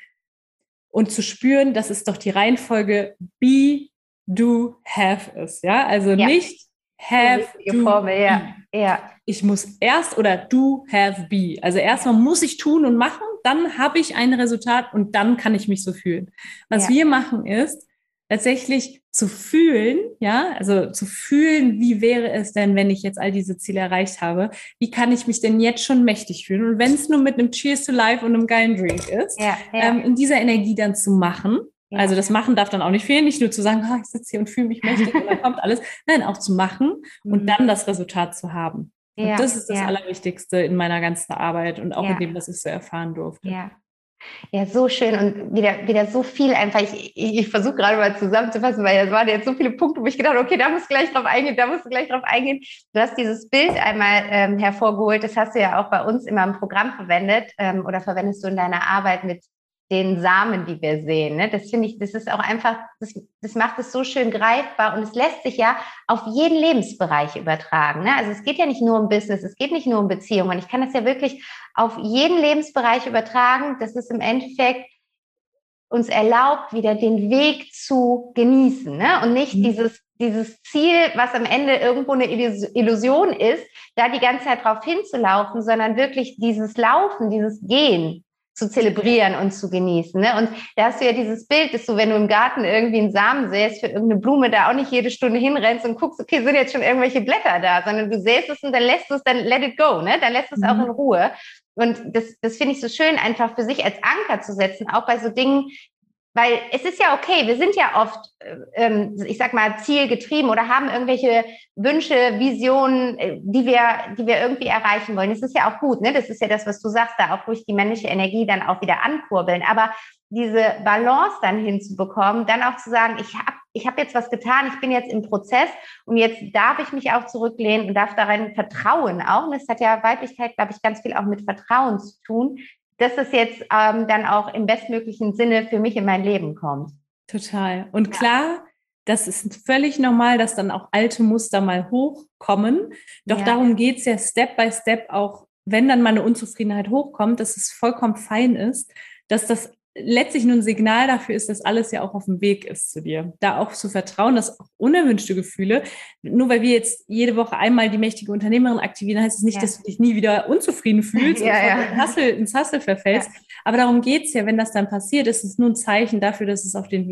und zu spüren, dass es doch die Reihenfolge be, do, have ist. Ja, also nicht have, do, Formel, be. Ich muss erst oder do, have, be. Also erstmal muss ich tun und machen, dann habe ich ein Resultat und dann kann ich mich so fühlen. Was wir machen ist, tatsächlich zu fühlen, ja, also zu fühlen, wie wäre es denn, wenn ich jetzt all diese Ziele erreicht habe? Wie kann ich mich denn jetzt schon mächtig fühlen? Und wenn es nur mit einem Cheers to Life und einem geilen Drink ist, in dieser Energie dann zu machen. Also das Machen darf dann auch nicht fehlen, nicht nur zu sagen, ich sitze hier und fühle mich mächtig und dann kommt alles. Nein, auch zu machen und dann das Resultat zu haben. Und das ist das Allerwichtigste in meiner ganzen Arbeit und auch in dem, was ich so erfahren durfte. Ja, so schön und wieder so viel einfach. Ich versuche gerade mal zusammenzufassen, weil es waren jetzt so viele Punkte, wo ich gedacht habe, okay, da musst du gleich drauf eingehen, da musst du gleich drauf eingehen. Du hast dieses Bild einmal hervorgeholt, das hast du ja auch bei uns immer im Programm verwendet oder verwendest du in deiner Arbeit mit den Samen, die wir sehen. Ne? Das finde ich, das ist auch einfach, das macht es so schön greifbar und es lässt sich ja auf jeden Lebensbereich übertragen. Ne? Also es geht ja nicht nur um Business, es geht nicht nur um Beziehungen. Ich kann das ja wirklich auf jeden Lebensbereich übertragen, dass es im Endeffekt uns erlaubt, wieder den Weg zu genießen, ne? Und nicht dieses Ziel, was am Ende irgendwo eine Illusion ist, da die ganze Zeit drauf hinzulaufen, sondern wirklich dieses Laufen, dieses Gehen zu zelebrieren und zu genießen. Ne? Und da hast du ja dieses Bild, dass du, wenn du im Garten irgendwie einen Samen säst für irgendeine Blume, da auch nicht jede Stunde hinrennst und guckst, okay, sind jetzt schon irgendwelche Blätter da, sondern du säst es und dann lässt du es, dann let it go, ne? Dann lässt du es auch in Ruhe. Und das finde ich so schön, einfach für sich als Anker zu setzen, auch bei so Dingen, weil es ist ja okay, wir sind ja oft, ich sag mal, zielgetrieben oder haben irgendwelche Wünsche, Visionen, die wir irgendwie erreichen wollen. Das ist ja auch gut, ne? Das ist ja das, was du sagst, da auch durch die männliche Energie dann auch wieder ankurbeln. Aber diese Balance dann hinzubekommen, dann auch zu sagen, ich hab jetzt was getan, ich bin jetzt im Prozess und jetzt darf ich mich auch zurücklehnen und darf darin vertrauen auch. Und das hat ja Weiblichkeit, glaube ich, ganz viel auch mit Vertrauen zu tun, dass das jetzt dann auch im bestmöglichen Sinne für mich in mein Leben kommt. Total. Und klar, das ist völlig normal, dass dann auch alte Muster mal hochkommen. Doch darum geht es ja Step by Step auch, wenn dann mal eine Unzufriedenheit hochkommt, dass es vollkommen fein ist, dass das letztlich nur ein Signal dafür ist, dass alles ja auch auf dem Weg ist zu dir. Da auch zu vertrauen, dass auch unerwünschte Gefühle, nur weil wir jetzt jede Woche einmal die mächtige Unternehmerin aktivieren, heißt es nicht, dass du dich nie wieder unzufrieden fühlst und ins Hustle verfällst. Aber darum geht's ja, wenn das dann passiert, ist es nur ein Zeichen dafür, dass es auf dem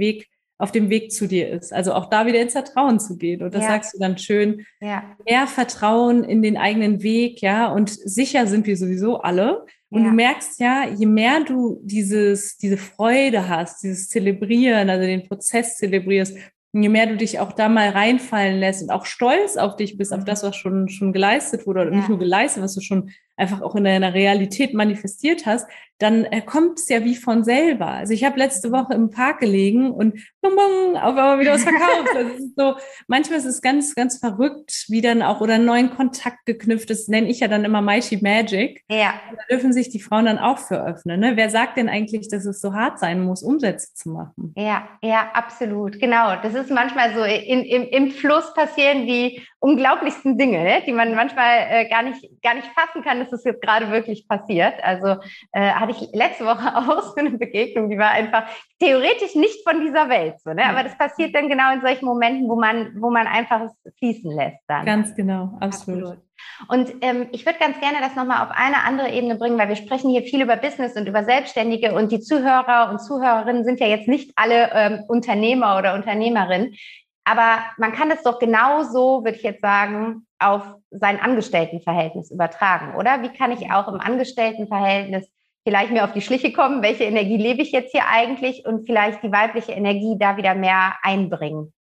Weg zu dir ist. Also auch da wieder ins Vertrauen zu gehen. Und das sagst du dann schön. Mehr Vertrauen in den eigenen Weg, und sicher sind wir sowieso alle. Und du merkst ja, je mehr du diese Freude hast, dieses Zelebrieren, also den Prozess zelebrierst, je mehr du dich auch da mal reinfallen lässt und auch stolz auf dich bist, auf das, was schon geleistet wurde, oder nicht nur geleistet, was du schon einfach auch in deiner Realität manifestiert hast, dann kommt es ja wie von selber. Also ich habe letzte Woche im Park gelegen und bum, bum, auf einmal wieder was verkauft. Das ist so, manchmal ist es ganz, ganz verrückt, wie dann auch, oder einen neuen Kontakt geknüpft. Das nenne ich ja dann immer Maishi Magic. Ja. Da dürfen sich die Frauen dann auch für öffnen. Ne? Wer sagt denn eigentlich, dass es so hart sein muss, Umsätze zu machen? Ja, absolut. Genau. Das ist manchmal so, im Fluss passieren die unglaublichsten Dinge, ne? Die man manchmal gar nicht fassen kann, dass das jetzt gerade wirklich passiert. Also hatte ich letzte Woche auch so eine Begegnung, die war einfach theoretisch nicht von dieser Welt, so, ne? Aber das passiert dann genau in solchen Momenten, wo man einfach es fließen lässt dann. Ganz genau, absolut. Und ich würde ganz gerne das nochmal auf eine andere Ebene bringen, weil wir sprechen hier viel über Business und über Selbstständige und die Zuhörer und Zuhörerinnen sind ja jetzt nicht alle Unternehmer oder Unternehmerinnen. Aber man kann das doch genauso, würde ich jetzt sagen, auf sein Angestelltenverhältnis übertragen, oder? Wie kann ich auch im Angestelltenverhältnis vielleicht mir auf die Schliche kommen? Welche Energie lebe ich jetzt hier eigentlich? Und vielleicht die weibliche Energie da wieder mehr einbringen?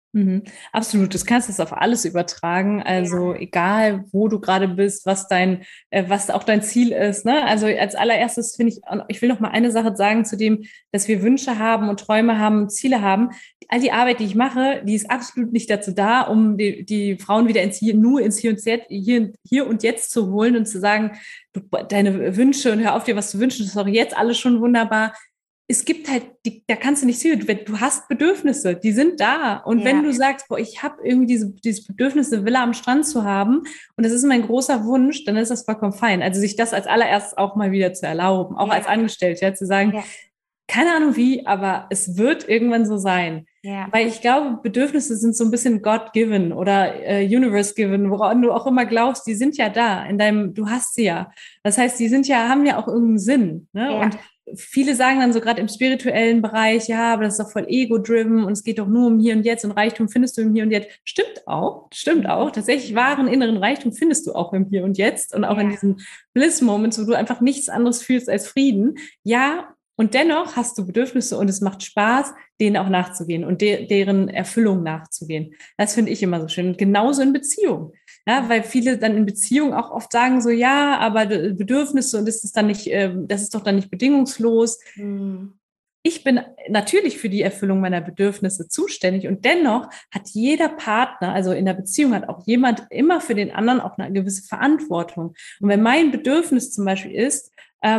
Mhm. Absolut, du kannst das auf alles übertragen. Also egal, wo du gerade bist, was auch dein Ziel ist. Ne? Also als allererstes finde ich will noch mal eine Sache sagen zu dem, dass wir Wünsche haben und Träume haben und Ziele haben. All die Arbeit, die ich mache, die ist absolut nicht dazu da, um die Frauen wieder ins Hier und Jetzt, hier und Jetzt zu holen und zu sagen, deine Wünsche und hör auf dir was zu wünschen, das ist doch jetzt alles schon wunderbar. Es gibt halt, da kannst du nicht sehen, du hast Bedürfnisse, die sind da. Und wenn du sagst, boah, ich habe irgendwie dieses Bedürfnis, eine Villa am Strand zu haben und das ist mein großer Wunsch, dann ist das vollkommen fein. Also sich das als allererstes auch mal wieder zu erlauben, auch als Angestellte, ja, zu sagen, keine Ahnung wie, aber es wird irgendwann so sein. Weil ich glaube, Bedürfnisse sind so ein bisschen God-given oder Universe-given, woran du auch immer glaubst, die sind ja da du hast sie ja. Das heißt, haben ja auch irgendeinen Sinn. Ne? Und viele sagen dann so gerade im spirituellen Bereich, ja, aber das ist doch voll ego-driven und es geht doch nur um Hier und Jetzt und Reichtum findest du im Hier und Jetzt. Stimmt auch. Tatsächlich wahren inneren Reichtum findest du auch im Hier und Jetzt und auch in diesen Bliss-Moments, wo du einfach nichts anderes fühlst als Frieden. Ja, und dennoch hast du Bedürfnisse und es macht Spaß, denen auch nachzugehen und deren Erfüllung nachzugehen. Das finde ich immer so schön. Und genauso in Beziehung. Ja, weil viele dann in Beziehung auch oft sagen so, ja, aber Bedürfnisse und das ist doch dann nicht bedingungslos. Ich bin natürlich für die Erfüllung meiner Bedürfnisse zuständig und dennoch hat jeder Partner, also in der Beziehung hat auch jemand immer für den anderen auch eine gewisse Verantwortung. Und wenn mein Bedürfnis zum Beispiel ist,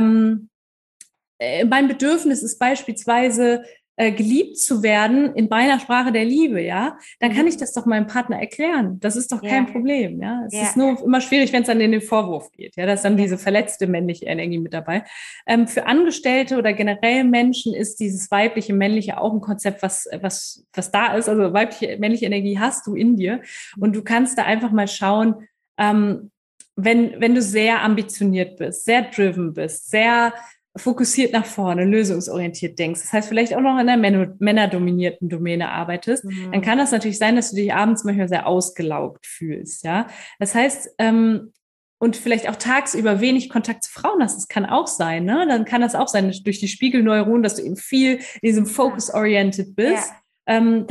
mein Bedürfnis ist beispielsweise geliebt zu werden in meiner Sprache der Liebe, ja, dann kann ich das doch meinem Partner erklären. Das ist doch kein Problem, ja. Es ist nur immer schwierig, wenn es dann in den Vorwurf geht, ja, da ist dann diese verletzte männliche Energie mit dabei. Für Angestellte oder generell Menschen ist dieses weibliche, männliche auch ein Konzept, was da ist. Also weibliche, männliche Energie hast du in dir und du kannst da einfach mal schauen, wenn du sehr ambitioniert bist, sehr driven bist, sehr fokussiert nach vorne, lösungsorientiert denkst, das heißt vielleicht auch noch in einer männerdominierten Domäne arbeitest, dann kann das natürlich sein, dass du dich abends manchmal sehr ausgelaugt fühlst, ja. Das heißt, und vielleicht auch tagsüber wenig Kontakt zu Frauen hast, das kann auch sein, ne? Dann kann das auch sein, durch die Spiegelneuronen, dass du eben viel in diesem Focus-oriented bist. Dann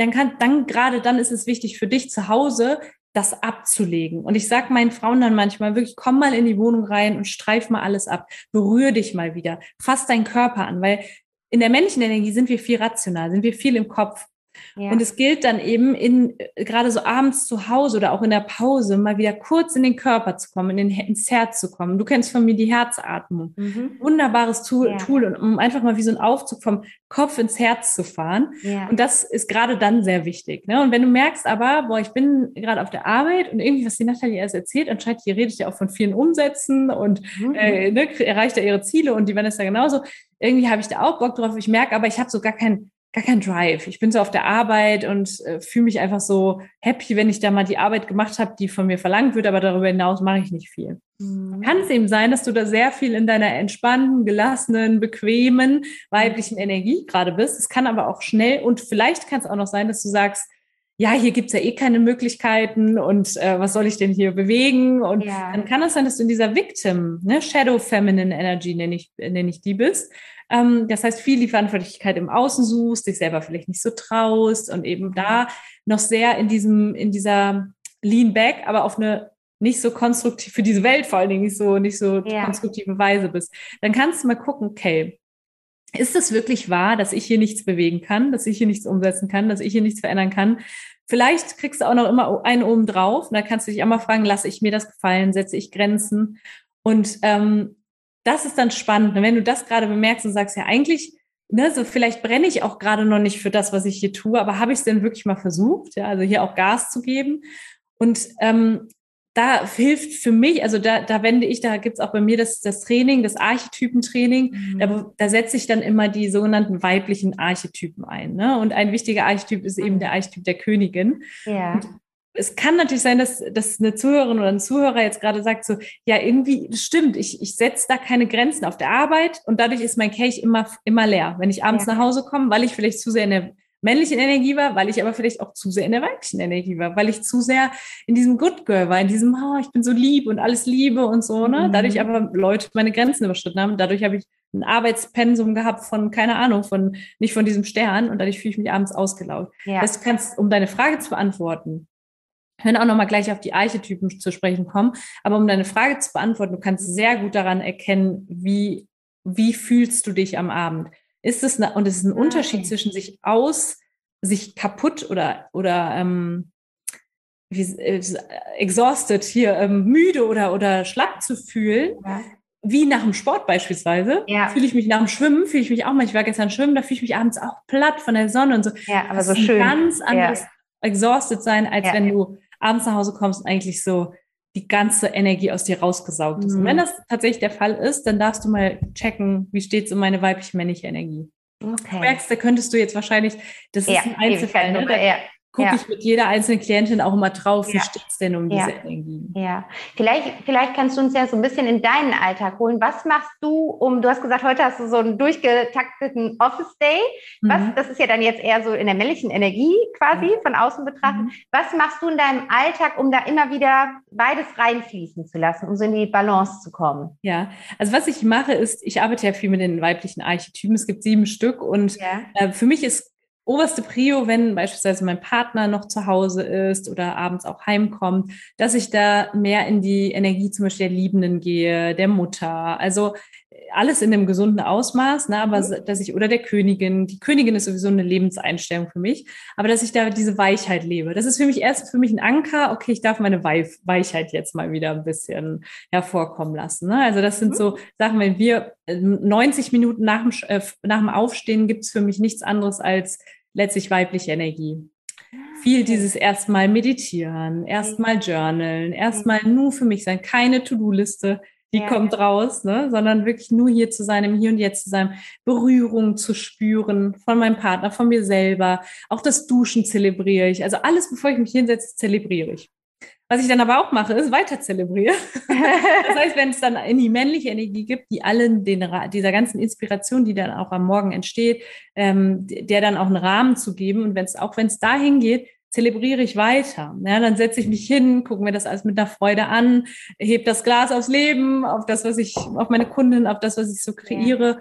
ist es wichtig für dich zu Hause, das abzulegen. Und ich sage meinen Frauen dann manchmal wirklich, komm mal in die Wohnung rein und streif mal alles ab. Berühr dich mal wieder. Fass deinen Körper an, weil in der männlichen Energie sind wir viel rational, sind wir viel im Kopf. Und es gilt dann eben gerade so abends zu Hause oder auch in der Pause mal wieder kurz in den Körper zu kommen, ins Herz zu kommen. Du kennst von mir die Herzatmung. Wunderbares Tool, um einfach mal wie so ein Aufzug vom Kopf ins Herz zu fahren. Und das ist gerade dann sehr wichtig. Ne? Und wenn du merkst aber, boah, ich bin gerade auf der Arbeit und irgendwie, was die Nathalie erst erzählt, anscheinend hier redet ja auch von vielen Umsätzen und erreicht ja ihre Ziele und die Vanessa genauso. Irgendwie habe ich da auch Bock drauf. Ich merke aber, ich habe so gar keinen Drive. Ich bin so auf der Arbeit und fühle mich einfach so happy, wenn ich da mal die Arbeit gemacht habe, die von mir verlangt wird, aber darüber hinaus mache ich nicht viel. Kann es eben sein, dass du da sehr viel in deiner entspannten, gelassenen, bequemen, weiblichen Energie gerade bist. Es kann aber auch schnell und vielleicht kann es auch noch sein, dass du sagst, ja, hier gibt's ja eh keine Möglichkeiten und was soll ich denn hier bewegen? Und dann kann es sein, dass du in dieser Victim, ne, Shadow Feminine Energy nenne ich die bist. Das heißt, viel die Verantwortlichkeit im Außen suchst, dich selber vielleicht nicht so traust und eben da noch sehr in dieser Lean Back, aber auf eine nicht so konstruktiv, für diese Welt vor allen Dingen nicht so konstruktive Weise bist. Dann kannst du mal gucken, okay, ist es wirklich wahr, dass ich hier nichts bewegen kann, dass ich hier nichts umsetzen kann, dass ich hier nichts verändern kann? Vielleicht kriegst du auch noch immer einen oben drauf. Und da kannst du dich auch mal fragen, lasse ich mir das gefallen, setze ich Grenzen? Und das ist dann spannend. Und wenn du das gerade bemerkst und sagst, ja eigentlich, ne, so vielleicht brenne ich auch gerade noch nicht für das, was ich hier tue, aber habe ich es denn wirklich mal versucht? Ja, also hier auch Gas zu geben. Und da hilft für mich, also da gibt's auch bei mir das Training, das Archetypentraining, da setze ich dann immer die sogenannten weiblichen Archetypen ein. Ne? Und ein wichtiger Archetyp ist eben der Archetyp der Königin. Und es kann natürlich sein, dass eine Zuhörerin oder ein Zuhörer jetzt gerade sagt so, ja, irgendwie, das stimmt, ich setze da keine Grenzen auf der Arbeit und dadurch ist mein Kelch immer leer, wenn ich abends nach Hause komme, weil ich vielleicht zu sehr in der männlichen Energie war, weil ich aber vielleicht auch zu sehr in der weiblichen Energie war, weil ich zu sehr in diesem Good Girl war, in diesem, ich bin so lieb und alles liebe und so, ne? Dadurch aber Leute meine Grenzen überschritten haben. Dadurch habe ich ein Arbeitspensum gehabt von, keine Ahnung, nicht von diesem Stern und dadurch fühle ich mich abends ausgelaugt. Ja. Das kannst, um deine Frage zu beantworten, wir können auch nochmal gleich auf die Archetypen zu sprechen kommen, aber um deine Frage zu beantworten, du kannst sehr gut daran erkennen, wie fühlst du dich am Abend? Und es ist ein Unterschied zwischen sich kaputt oder exhausted hier, müde oder schlapp zu fühlen, wie nach dem Sport beispielsweise. Ja. Fühle ich mich nach dem Schwimmen, fühle ich mich auch mal, ich war gestern schwimmen, da fühle ich mich abends auch platt von der Sonne und so. Ja, aber das so ist schön. ein ganz anderes exhausted sein, als wenn du abends nach Hause kommst und eigentlich so die ganze Energie aus dir rausgesaugt ist. Und wenn das tatsächlich der Fall ist, dann darfst du mal checken, wie steht es um meine weiblich-männliche Energie. Okay. Du merkst, da könntest du jetzt wahrscheinlich, das ist ein Einzelfall, ne? Gucke ich mit jeder einzelnen Klientin auch immer drauf, wie steht es denn um diese Energie? Ja, vielleicht kannst du uns ja so ein bisschen in deinen Alltag holen. Was machst du, du hast gesagt, heute hast du so einen durchgetakteten Office-Day. Das ist ja dann jetzt eher so in der männlichen Energie quasi von außen betrachtet. Was machst du in deinem Alltag, um da immer wieder beides reinfließen zu lassen, um so in die Balance zu kommen? Ja, also was ich mache ist, ich arbeite ja viel mit den weiblichen Archetypen. Es gibt 7 Stück und für mich ist oberste Prio, wenn beispielsweise mein Partner noch zu Hause ist oder abends auch heimkommt, dass ich da mehr in die Energie zum Beispiel der Liebenden gehe, der Mutter, also alles in einem gesunden Ausmaß, ne, aber oder der Königin, die Königin ist sowieso eine Lebenseinstellung für mich, aber dass ich da diese Weichheit lebe. Das ist für mich ein Anker, okay, ich darf meine Weichheit jetzt mal wieder ein bisschen hervorkommen lassen. Ne? Also das sind so Sachen, wenn wir 90 Minuten nach dem Aufstehen gibt es für mich nichts anderes als letztlich weibliche Energie. Viel dieses erstmal meditieren, erstmal journalen, erstmal nur für mich sein, keine To-Do-Liste, die kommt raus, ne? Sondern wirklich nur hier zu sein, im Hier und Jetzt zu sein, Berührung zu spüren von meinem Partner, von mir selber. Auch das Duschen zelebriere ich. Also alles, bevor ich mich hinsetze, zelebriere ich. Was ich dann aber auch mache, ist weiter zelebrieren. Das heißt, wenn es dann in die männliche Energie gibt, die allen dieser ganzen Inspiration, die dann auch am Morgen entsteht, der dann auch einen Rahmen zu geben. Und wenn es dahin geht, zelebriere ich weiter. Ja, dann setze ich mich hin, gucke mir das alles mit einer Freude an, hebe das Glas aufs Leben, auf meine Kundin, auf das, was ich so kreiere.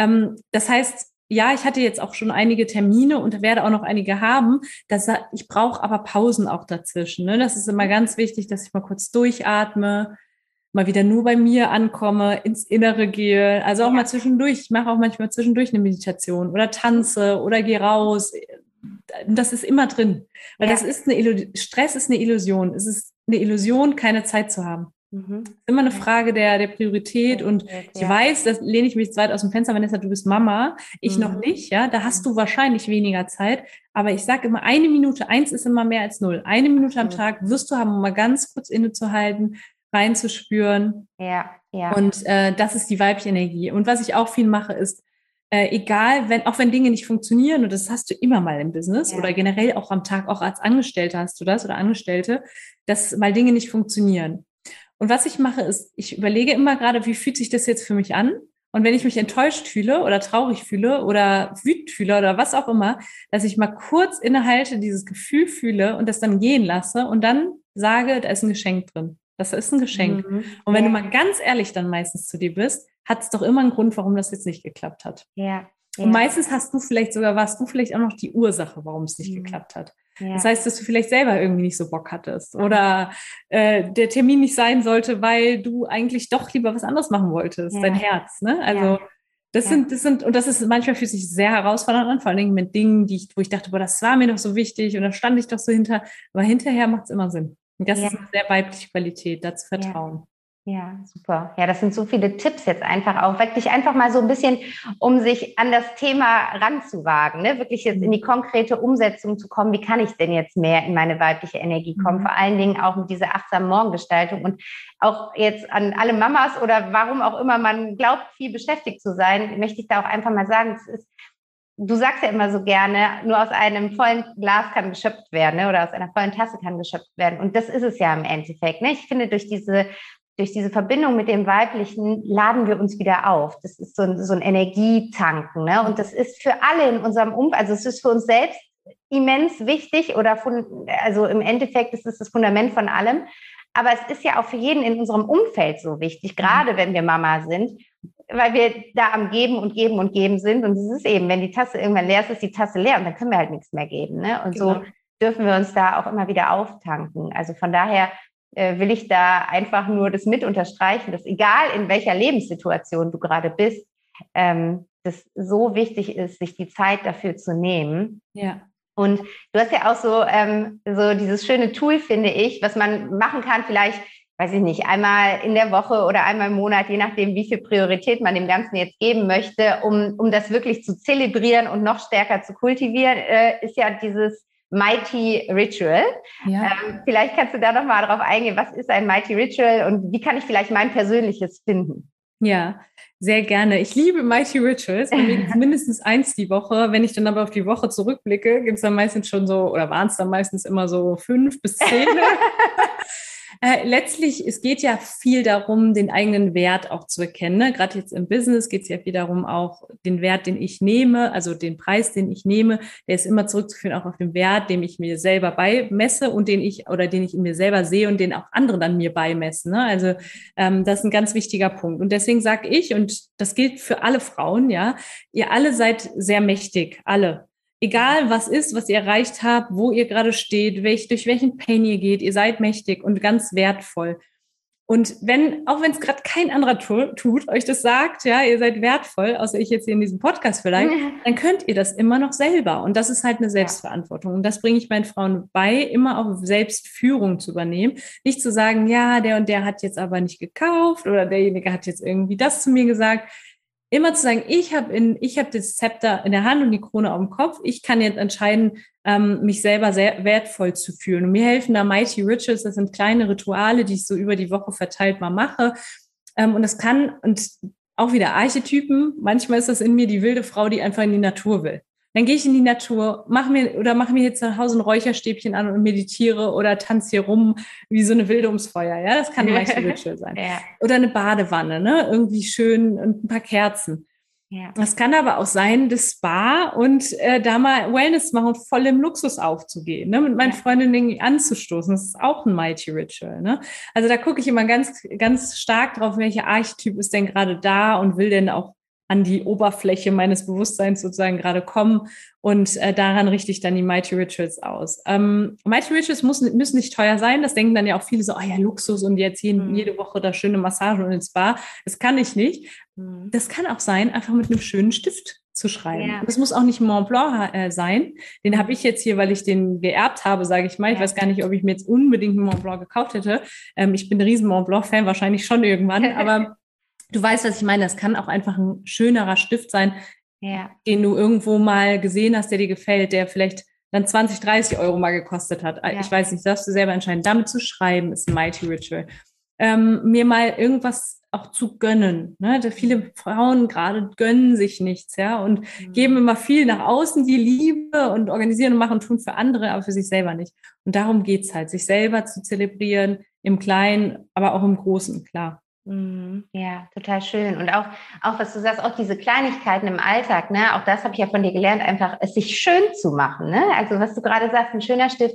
Das heißt, ja, ich hatte jetzt auch schon einige Termine und werde auch noch einige haben. Ich brauche aber Pausen auch dazwischen. Ne? Das ist immer ganz wichtig, dass ich mal kurz durchatme, mal wieder nur bei mir ankomme, ins Innere gehe. Also auch mal zwischendurch. Ich mache auch manchmal zwischendurch eine Meditation oder tanze oder gehe raus. Das ist immer drin. Weil Stress ist eine Illusion. Es ist eine Illusion, keine Zeit zu haben. Es ist immer eine Frage der Priorität und ich weiß, das lehne ich mich jetzt weit aus dem Fenster, Vanessa, du bist Mama, ich noch nicht, ja, da hast du wahrscheinlich weniger Zeit, aber ich sage immer 1 Minute, 1 ist immer mehr als 0. 1 Minute am Tag wirst du haben, um mal ganz kurz innezuhalten, reinzuspüren. Und das ist die weibliche Energie. Und was ich auch viel mache, ist, egal, auch wenn Dinge nicht funktionieren, und das hast du immer mal im Business oder generell auch am Tag, auch als Angestellte hast du das oder Angestellte, dass mal Dinge nicht funktionieren. Und was ich mache, ist, ich überlege immer gerade, wie fühlt sich das jetzt für mich an? Und wenn ich mich enttäuscht fühle oder traurig fühle oder wütend fühle oder was auch immer, dass ich mal kurz innehalte, dieses Gefühl fühle und das dann gehen lasse und dann sage, da ist ein Geschenk drin. Das ist ein Geschenk. Und wenn du mal ganz ehrlich dann meistens zu dir bist, hat es doch immer einen Grund, warum das jetzt nicht geklappt hat. Und meistens warst du vielleicht auch noch die Ursache, warum es nicht geklappt hat. Das heißt, dass du vielleicht selber irgendwie nicht so Bock hattest oder der Termin nicht sein sollte, weil du eigentlich doch lieber was anderes machen wolltest, dein Herz. Ne? Also das sind, und das ist manchmal fühlt sich sehr herausfordernd an, vor allen Dingen mit Dingen, wo ich dachte, boah, das war mir doch so wichtig und da stand ich doch so hinter. Aber hinterher macht es immer Sinn. Und das ist eine sehr weibliche Qualität, da zu vertrauen. Ja, super. Ja, das sind so viele Tipps jetzt einfach auch, wirklich einfach mal so ein bisschen, um sich an das Thema ranzuwagen, ne? Wirklich jetzt in die konkrete Umsetzung zu kommen. Wie kann ich denn jetzt mehr in meine weibliche Energie kommen? Vor allen Dingen auch mit dieser achtsamen Morgengestaltung und auch jetzt an alle Mamas oder warum auch immer man glaubt, viel beschäftigt zu sein, möchte ich da auch einfach mal sagen, du sagst ja immer so gerne, nur aus einem vollen Glas kann geschöpft werden, ne? Oder aus einer vollen Tasse kann geschöpft werden. Und das ist es ja im Endeffekt, ne? Ich finde, durch diese Verbindung mit dem Weiblichen laden wir uns wieder auf. Das ist so ein Energietanken, ne? Und das ist für alle in unserem Umfeld, also es ist für uns selbst immens wichtig also im Endeffekt ist es das Fundament von allem. Aber es ist ja auch für jeden in unserem Umfeld so wichtig, gerade wenn wir Mama sind. weil wir da am Geben und Geben und Geben sind. Und es ist eben, wenn die Tasse irgendwann leer ist, ist die Tasse leer und dann können wir halt nichts mehr geben. Ne? Und Genau. so dürfen wir uns da auch immer wieder auftanken. Also von daher will ich da einfach nur das mit unterstreichen, dass egal in welcher Lebenssituation du gerade bist, das so wichtig ist, sich die Zeit dafür zu nehmen. Ja. Und du hast ja auch so dieses schöne Tool, finde ich, was man machen kann, vielleicht, weiß ich nicht, einmal in der Woche oder einmal im Monat, je nachdem, wie viel Priorität man dem Ganzen jetzt geben möchte, um das wirklich zu zelebrieren und noch stärker zu kultivieren, ist ja dieses Mighty Ritual. Ja. Vielleicht kannst du da nochmal drauf eingehen, was ist ein Mighty Ritual und wie kann ich vielleicht mein persönliches finden? Ja, sehr gerne. Ich liebe Mighty Rituals. Bei mir gibt es mindestens eins die Woche. Wenn ich dann aber auf die Woche zurückblicke, gibt es dann meistens schon so, oder waren es dann meistens immer so 5 bis 10. Letztlich, es geht ja viel darum, den eigenen Wert auch zu erkennen. Ne? Gerade jetzt im Business geht es ja viel darum, auch den Wert, den ich nehme, also den Preis, den ich nehme, der ist immer zurückzuführen auch auf den Wert, den ich mir selber beimesse und den ich in mir selber sehe und den auch andere dann mir beimessen. Ne? Also das ist ein ganz wichtiger Punkt. Und deswegen sage ich, und das gilt für alle Frauen, ja, ihr alle seid sehr mächtig, alle. Egal was ist, was ihr erreicht habt, wo ihr gerade steht, durch welchen Pain ihr geht, ihr seid mächtig und ganz wertvoll. Und auch wenn es gerade kein anderer tut, euch das sagt, ja, ihr seid wertvoll, außer ich jetzt hier in diesem Podcast vielleicht, dann könnt ihr das immer noch selber. Und das ist halt eine Selbstverantwortung. Und das bringe ich meinen Frauen bei, immer auch Selbstführung zu übernehmen. Nicht zu sagen, ja, der und der hat jetzt aber nicht gekauft oder derjenige hat jetzt irgendwie das zu mir gesagt. Immer zu sagen, ich hab das Zepter in der Hand und die Krone auf dem Kopf. Ich kann jetzt entscheiden, mich selber sehr wertvoll zu fühlen. Und mir helfen da Mighty Rituals. Das sind kleine Rituale, die ich so über die Woche verteilt mal mache. Und das und auch wieder Archetypen. Manchmal ist das in mir die wilde Frau, die einfach in die Natur will. Dann gehe ich in die Natur, mache mir jetzt nach Hause ein Räucherstäbchen an und meditiere oder tanze hier rum wie so eine Wilde ums Feuer. Ja, das kann ein Mighty Ritual sein. Ja. Oder eine Badewanne, ne? Irgendwie schön und ein paar Kerzen. Ja. Das kann aber auch sein, das Spa und da mal Wellness machen, voll im Luxus aufzugehen, ne? Mit meinen Freundinnen anzustoßen. Das ist auch ein Mighty Ritual. Ne? Also da gucke ich immer ganz, ganz stark drauf, welcher Archetyp ist denn gerade da und will denn auch an die Oberfläche meines Bewusstseins sozusagen gerade kommen und daran richte ich dann die Mighty Rituals aus. Mighty Rituals müssen nicht teuer sein, das denken dann ja auch viele so, ja, Luxus und jetzt jede Woche da schöne Massage und ins Spa. Das kann ich nicht. Das kann auch sein, einfach mit einem schönen Stift zu schreiben. Ja. Das muss auch nicht Mont Blanc sein. Den habe ich jetzt hier, weil ich den geerbt habe, sage ich mal. Ich weiß gar nicht, ob ich mir jetzt unbedingt einen Mont Blanc gekauft hätte. Ich bin ein riesen Mont Blanc-Fan, wahrscheinlich schon irgendwann, aber du weißt, was ich meine. Das kann auch einfach ein schönerer Stift sein, den du irgendwo mal gesehen hast, der dir gefällt, der vielleicht dann 20, 30 Euro mal gekostet hat. Ja. Ich weiß nicht, darfst du selber entscheiden. Damit zu schreiben ist ein Mighty Ritual. Mir mal irgendwas auch zu gönnen. Ne? Viele Frauen gerade gönnen sich nichts, ja, und geben immer viel nach außen, die Liebe und organisieren und machen und tun für andere, aber für sich selber nicht. Und darum geht's halt, sich selber zu zelebrieren, im Kleinen, aber auch im Großen, klar. Ja, total schön. Und auch was du sagst, auch diese Kleinigkeiten im Alltag, ne, auch das habe ich ja von dir gelernt, einfach es sich schön zu machen, ne? Also was du gerade sagst, ein schöner Stift.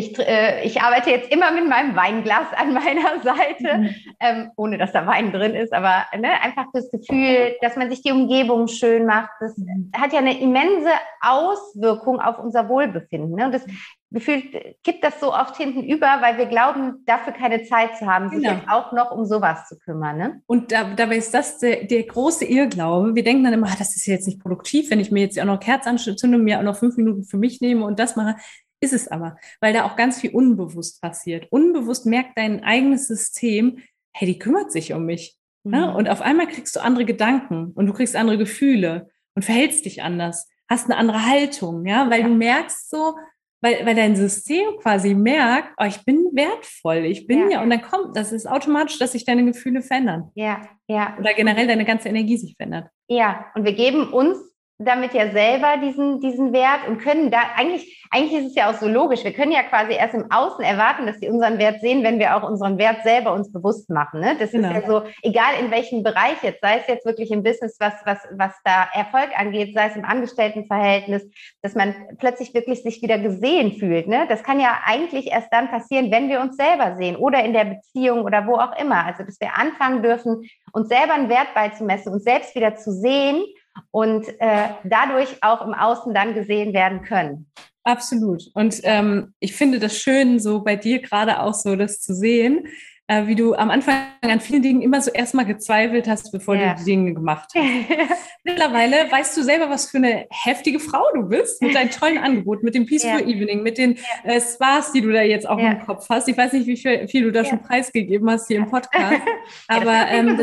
Ich arbeite jetzt immer mit meinem Weinglas an meiner Seite, ohne dass da Wein drin ist, aber ne, einfach das Gefühl, dass man sich die Umgebung schön macht, das hat ja eine immense Auswirkung auf unser Wohlbefinden, ne? Und das gefühlt kippt das so oft hinten über, weil wir glauben, dafür keine Zeit zu haben, sich jetzt auch noch um sowas zu kümmern. Ne? Und dabei ist das der große Irrglaube. Wir denken dann immer, das ist jetzt nicht produktiv, wenn ich mir jetzt auch noch Kerzen anzünde und mir auch noch 5 Minuten für mich nehme und das mache. Ist es aber, weil da auch ganz viel unbewusst passiert. Unbewusst merkt dein eigenes System, hey, die kümmert sich um mich. Ne? Und auf einmal kriegst du andere Gedanken und du kriegst andere Gefühle und verhältst dich anders, hast eine andere Haltung, ja, weil du merkst so, weil dein System quasi merkt, oh, ich bin wertvoll, ich bin und dann kommt, das ist automatisch, dass sich deine Gefühle verändern. Ja. Oder generell deine ganze Energie sich verändert. Ja, und wir geben uns damit ja selber diesen Wert und können da, eigentlich ist es ja auch so logisch, wir können ja quasi erst im Außen erwarten, dass die unseren Wert sehen, wenn wir auch unseren Wert selber uns bewusst machen. Ne? Das ist ja so, egal in welchem Bereich jetzt, sei es jetzt wirklich im Business, was da Erfolg angeht, sei es im Angestelltenverhältnis, dass man plötzlich wirklich sich wieder gesehen fühlt. Ne? Das kann ja eigentlich erst dann passieren, wenn wir uns selber sehen oder in der Beziehung oder wo auch immer. Also, dass wir anfangen dürfen, uns selber einen Wert beizumessen, uns selbst wieder zu sehen und dadurch auch im Außen dann gesehen werden können. Absolut. Und ich finde das schön, so bei dir gerade auch so das zu sehen, wie du am Anfang an vielen Dingen immer so erstmal gezweifelt hast, bevor du die Dinge gemacht hast. Mittlerweile weißt du selber, was für eine heftige Frau du bist, mit deinen tollen Angeboten, mit dem Peaceful Evening, mit den Spas, die du da jetzt auch im Kopf hast. Ich weiß nicht, wie viel du da schon preisgegeben hast hier im Podcast. Aber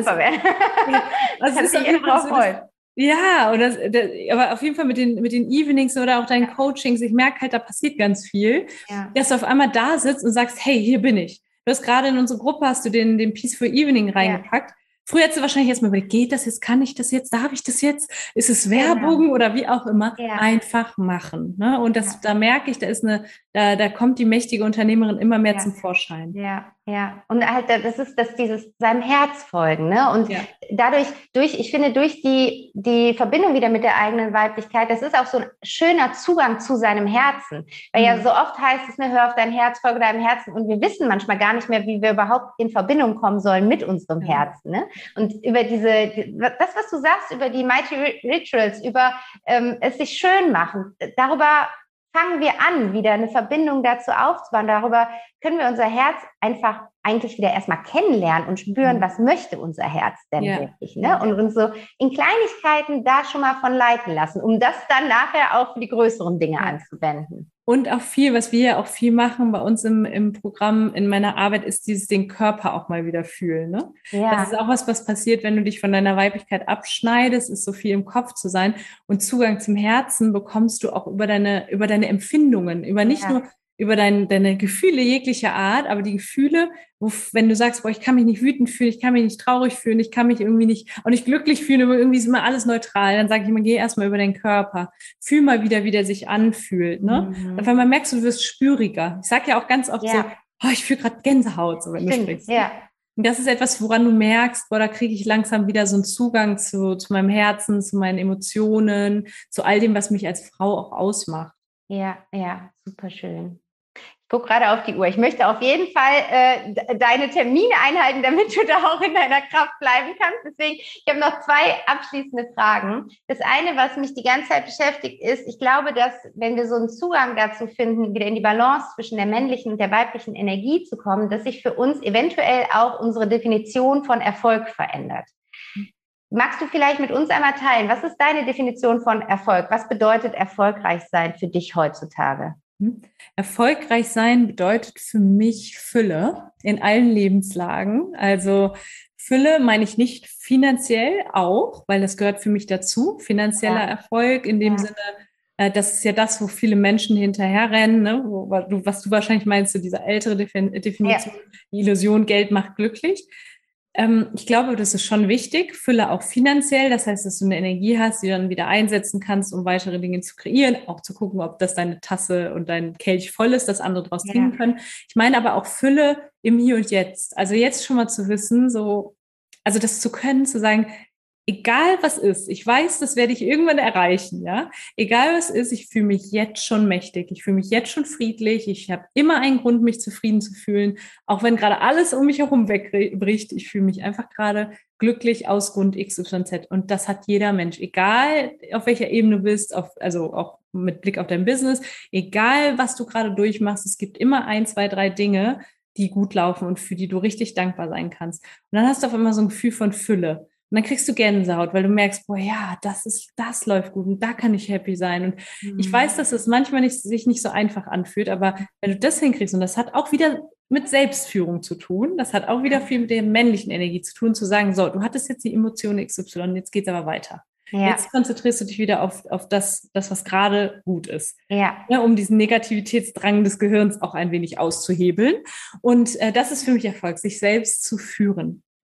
das ist auf jeden Fall so. Ja, aber auf jeden Fall mit den Evenings oder auch deinen Coachings, ich merke halt, da passiert ganz viel, dass du auf einmal da sitzt und sagst, hey, hier bin ich. Du hast gerade in unsere Gruppe, hast du den Peaceful Evening reingepackt. Früher hättest du wahrscheinlich erstmal überlegt, geht das jetzt, kann ich das jetzt, darf ich das jetzt? Ist es Werbung oder wie auch immer? Einfach machen. Ne? Und da merke ich, da kommt die mächtige Unternehmerin immer mehr zum Vorschein. Ja. Und halt, das ist dieses seinem Herz folgen, ne? Und dadurch, ich finde, durch die Verbindung wieder mit der eigenen Weiblichkeit, das ist auch so ein schöner Zugang zu seinem Herzen. Weil ja so oft heißt es, ne, hör auf dein Herz, folge deinem Herzen. Und wir wissen manchmal gar nicht mehr, wie wir überhaupt in Verbindung kommen sollen mit unserem Herzen, ne? Und über das, was du sagst, über die Mighty Rituals, über es sich schön machen, darüber fangen wir an, wieder eine Verbindung dazu aufzubauen. Darüber können wir unser Herz einfach eigentlich wieder erstmal kennenlernen und spüren, was möchte unser Herz denn wirklich. Ne? Und uns so in Kleinigkeiten da schon mal von leiten lassen, um das dann nachher auch für die größeren Dinge anzuwenden. Und auch viel, was wir ja auch viel machen bei uns im Programm, in meiner Arbeit, ist den Körper auch mal wieder fühlen. Ne? Das ist auch was passiert, wenn du dich von deiner Weiblichkeit abschneidest, ist so viel im Kopf zu sein. Und Zugang zum Herzen bekommst du auch über deine Empfindungen, über nicht nur über deine Gefühle jeglicher Art, aber die Gefühle, wenn du sagst, boah, ich kann mich nicht wütend fühlen, ich kann mich nicht traurig fühlen, ich kann mich irgendwie auch nicht glücklich fühlen, aber irgendwie ist immer alles neutral, dann sage ich immer, geh erstmal über deinen Körper, fühl mal wieder, wie der sich anfühlt, ne? Und auf einmal merkst du wirst spüriger. Ich sage ja auch ganz oft so, oh, ich fühle gerade Gänsehaut, so wenn du sprichst. Und das ist etwas, woran du merkst, boah, da kriege ich langsam wieder so einen Zugang zu meinem Herzen, zu meinen Emotionen, zu all dem, was mich als Frau auch ausmacht. Ja, super schön. Ich gucke gerade auf die Uhr. Ich möchte auf jeden Fall deine Termine einhalten, damit du da auch in deiner Kraft bleiben kannst. Deswegen, ich habe noch 2 abschließende Fragen. Das eine, was mich die ganze Zeit beschäftigt, ist, ich glaube, dass, wenn wir so einen Zugang dazu finden, wieder in die Balance zwischen der männlichen und der weiblichen Energie zu kommen, dass sich für uns eventuell auch unsere Definition von Erfolg verändert. Magst du vielleicht mit uns einmal teilen, was ist deine Definition von Erfolg? Was bedeutet erfolgreich sein für dich heutzutage? Erfolgreich sein bedeutet für mich Fülle in allen Lebenslagen. Also Fülle meine ich nicht finanziell auch, weil das gehört für mich dazu. Finanzieller Erfolg in dem Sinne, das ist ja das, wo viele Menschen hinterherrennen, ne? Was du wahrscheinlich meinst, so diese ältere Definition, die Illusion, Geld macht glücklich. Ich glaube, das ist schon wichtig, Fülle auch finanziell. Das heißt, dass du eine Energie hast, die du dann wieder einsetzen kannst, um weitere Dinge zu kreieren, auch zu gucken, ob das deine Tasse und dein Kelch voll ist, dass andere daraus trinken können. Ich meine aber auch Fülle im Hier und Jetzt. Also jetzt schon mal zu wissen, also das zu können, zu sagen, egal was ist, ich weiß, das werde ich irgendwann erreichen, ja. Egal was ist, ich fühle mich jetzt schon mächtig, ich fühle mich jetzt schon friedlich, ich habe immer einen Grund, mich zufrieden zu fühlen, auch wenn gerade alles um mich herum wegbricht, ich fühle mich einfach gerade glücklich aus Grund XYZ. Und das hat jeder Mensch, egal auf welcher Ebene du bist, also auch mit Blick auf dein Business, egal was du gerade durchmachst, es gibt immer 1, 2, 3 Dinge, die gut laufen und für die du richtig dankbar sein kannst. Und dann hast du auf einmal so ein Gefühl von Fülle. Und dann kriegst du Gänsehaut, weil du merkst, boah, ja, das läuft gut und da kann ich happy sein. Und ich weiß, dass es manchmal sich nicht so einfach anfühlt, aber wenn du das hinkriegst, und das hat auch wieder mit Selbstführung zu tun, das hat auch wieder viel mit der männlichen Energie zu tun, zu sagen, so, du hattest jetzt die Emotion XY, jetzt geht's aber weiter. Jetzt konzentrierst du dich wieder auf das, was gerade gut ist. Um diesen Negativitätsdrang des Gehirns auch ein wenig auszuhebeln. Und das ist für mich Erfolg, sich selbst zu führen.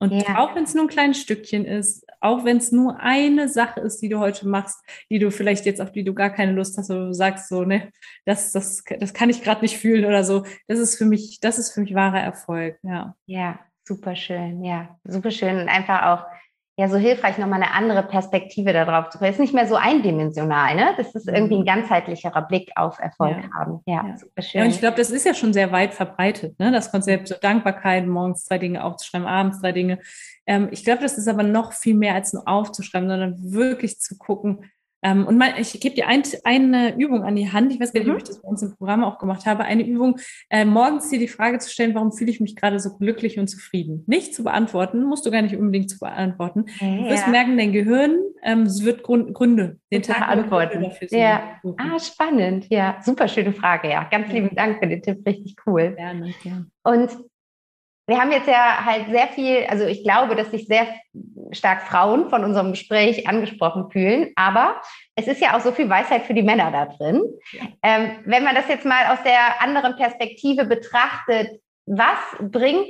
Und auch wenn es nur ein kleines Stückchen ist, auch wenn es nur eine Sache ist, die du heute machst, die du vielleicht jetzt, auf die du gar keine Lust hast, oder du sagst so, ne, das kann ich gerade nicht fühlen oder so. Das ist für mich wahrer Erfolg, ja. Ja, super schön, ja, super schön. Und einfach auch, ja, so hilfreich, nochmal eine andere Perspektive darauf zu bekommen. Ist nicht mehr so eindimensional, ne? Das ist irgendwie ein ganzheitlicherer Blick auf Erfolg haben. Ja, super schön. Ja, und ich glaube, das ist ja schon sehr weit verbreitet, ne? Das Konzept so Dankbarkeit, morgens 2 Dinge aufzuschreiben, abends 3 Dinge. Ich glaube, das ist aber noch viel mehr als nur aufzuschreiben, sondern wirklich zu gucken. Und ich gebe dir eine Übung an die Hand. Ich weiß gar nicht, ob ich das bei uns im Programm auch gemacht habe. Eine Übung, morgens dir die Frage zu stellen, warum fühle ich mich gerade so glücklich und zufrieden? Nicht zu beantworten, musst du gar nicht unbedingt zu beantworten. Du wirst merken, dein Gehirn es wird Gründe, den Tag antworten. Dafür suchen. Spannend. Ja, super schöne Frage. Ja, ganz lieben Dank für den Tipp. Richtig cool. Gerne. Und wir haben jetzt ja halt sehr viel, also ich glaube, dass sich sehr stark Frauen von unserem Gespräch angesprochen fühlen, aber es ist ja auch so viel Weisheit für die Männer da drin. Ja. Wenn man das jetzt mal aus der anderen Perspektive betrachtet, was bringt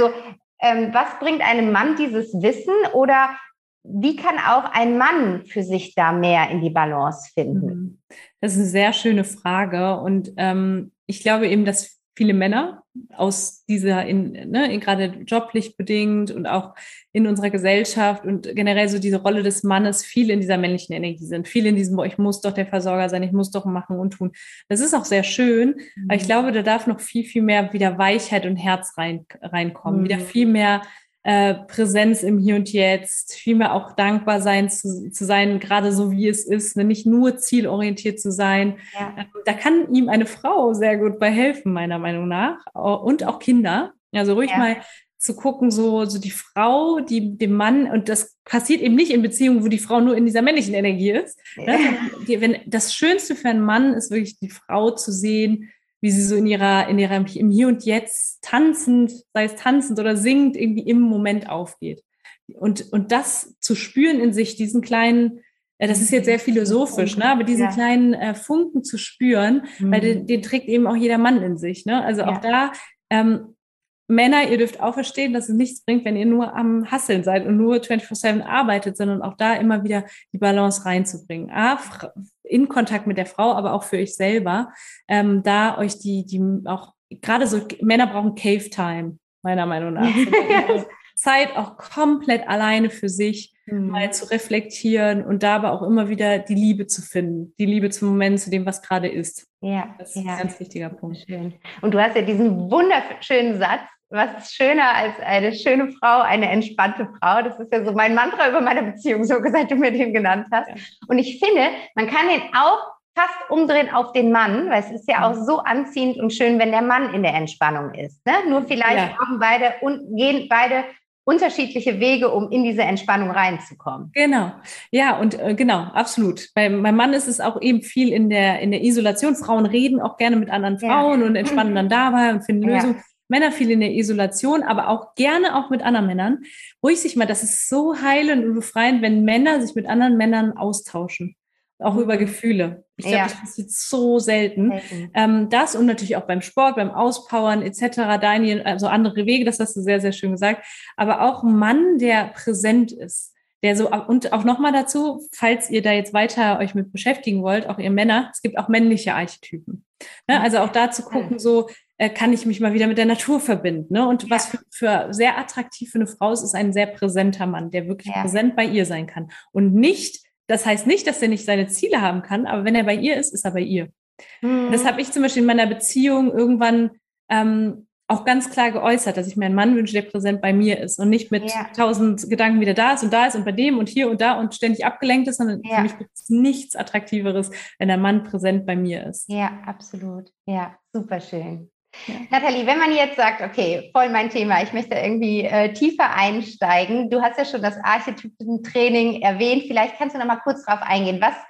einem Mann dieses Wissen oder wie kann auch ein Mann für sich da mehr in die Balance finden? Das ist eine sehr schöne Frage und ich glaube eben, dass viele Männer aus dieser, gerade joblich bedingt und auch in unserer Gesellschaft und generell so diese Rolle des Mannes viel in dieser männlichen Energie sind. Viel in diesem, ich muss doch der Versorger sein, ich muss doch machen und tun. Das ist auch sehr schön, aber ich glaube, da darf noch viel, viel mehr wieder Weichheit und Herz reinkommen. Wieder viel mehr Präsenz im Hier und Jetzt, vielmehr auch dankbar sein zu sein, gerade so wie es ist, ne? Nicht nur zielorientiert zu sein. Ja. Da kann ihm eine Frau sehr gut bei helfen, meiner Meinung nach, und auch Kinder. Also ruhig mal zu gucken, so die Frau, die dem Mann, und das passiert eben nicht in Beziehungen, wo die Frau nur in dieser männlichen Energie ist. Ne? Wenn das Schönste für einen Mann ist wirklich die Frau zu sehen, wie sie so im Hier und Jetzt tanzend, sei es tanzend oder singend, irgendwie im Moment aufgeht. Und das zu spüren in sich, diesen kleinen, das ist jetzt sehr philosophisch, ne? Aber diesen kleinen Funken zu spüren, weil den trägt eben auch jeder Mann in sich. Ne? Also auch da, Männer, ihr dürft auch verstehen, dass es nichts bringt, wenn ihr nur am Hasseln seid und nur 24/7 arbeitet, sondern auch da immer wieder die Balance reinzubringen. In Kontakt mit der Frau, aber auch für euch selber, da euch die auch, gerade so Männer brauchen Cave-Time, meiner Meinung nach. Zeit auch komplett alleine für sich, mal zu reflektieren und da aber auch immer wieder die Liebe zu finden, die Liebe zum Moment, zu dem, was gerade ist. Ja, das ist ein ganz wichtiger Punkt. Schön. Und du hast ja diesen wunderschönen Satz, was ist schöner als eine schöne Frau, eine entspannte Frau? Das ist ja so mein Mantra über meine Beziehung, so gesagt, du mir den genannt hast. Ja. Und ich finde, man kann den auch fast umdrehen auf den Mann, weil es ist ja auch so anziehend und schön, wenn der Mann in der Entspannung ist. Ne? Nur vielleicht gehen beide unterschiedliche Wege, um in diese Entspannung reinzukommen. Genau, ja, und genau, absolut. Beim Mann ist es auch eben viel in der Isolation. Frauen reden auch gerne mit anderen Frauen und entspannen dann dabei und finden Lösungen. Männer viel in der Isolation, aber auch gerne auch mit anderen Männern. Ruhig sich mal, das ist so heilend und befreiend, wenn Männer sich mit anderen Männern austauschen. Auch über Gefühle. Ich glaube, das passiert so selten. Das und natürlich auch beim Sport, beim Auspowern etc., also andere Wege, das hast du sehr, sehr schön gesagt. Aber auch ein Mann, der präsent ist, der so, und auch nochmal dazu, falls ihr da jetzt weiter euch mit beschäftigen wollt, auch ihr Männer, es gibt auch männliche Archetypen. Ne? Also auch da zu gucken, so kann ich mich mal wieder mit der Natur verbinden. Ne? Und was für sehr attraktiv für eine Frau ist, ist ein sehr präsenter Mann, der wirklich präsent bei ihr sein kann. Und das heißt nicht, dass er nicht seine Ziele haben kann, aber wenn er bei ihr ist, ist er bei ihr. Das habe ich zum Beispiel in meiner Beziehung irgendwann auch ganz klar geäußert, dass ich mir einen Mann wünsche, der präsent bei mir ist und nicht mit 1000 Gedanken wieder da ist und bei dem und hier und da und ständig abgelenkt ist, sondern für mich gibt es nichts Attraktiveres, wenn der Mann präsent bei mir ist. Ja, absolut. Ja, super schön. Ja. Nathalie, wenn man jetzt sagt, okay, voll mein Thema, ich möchte irgendwie tiefer einsteigen. Du hast ja schon das Archetypen-Training erwähnt. Vielleicht kannst du noch mal kurz drauf eingehen.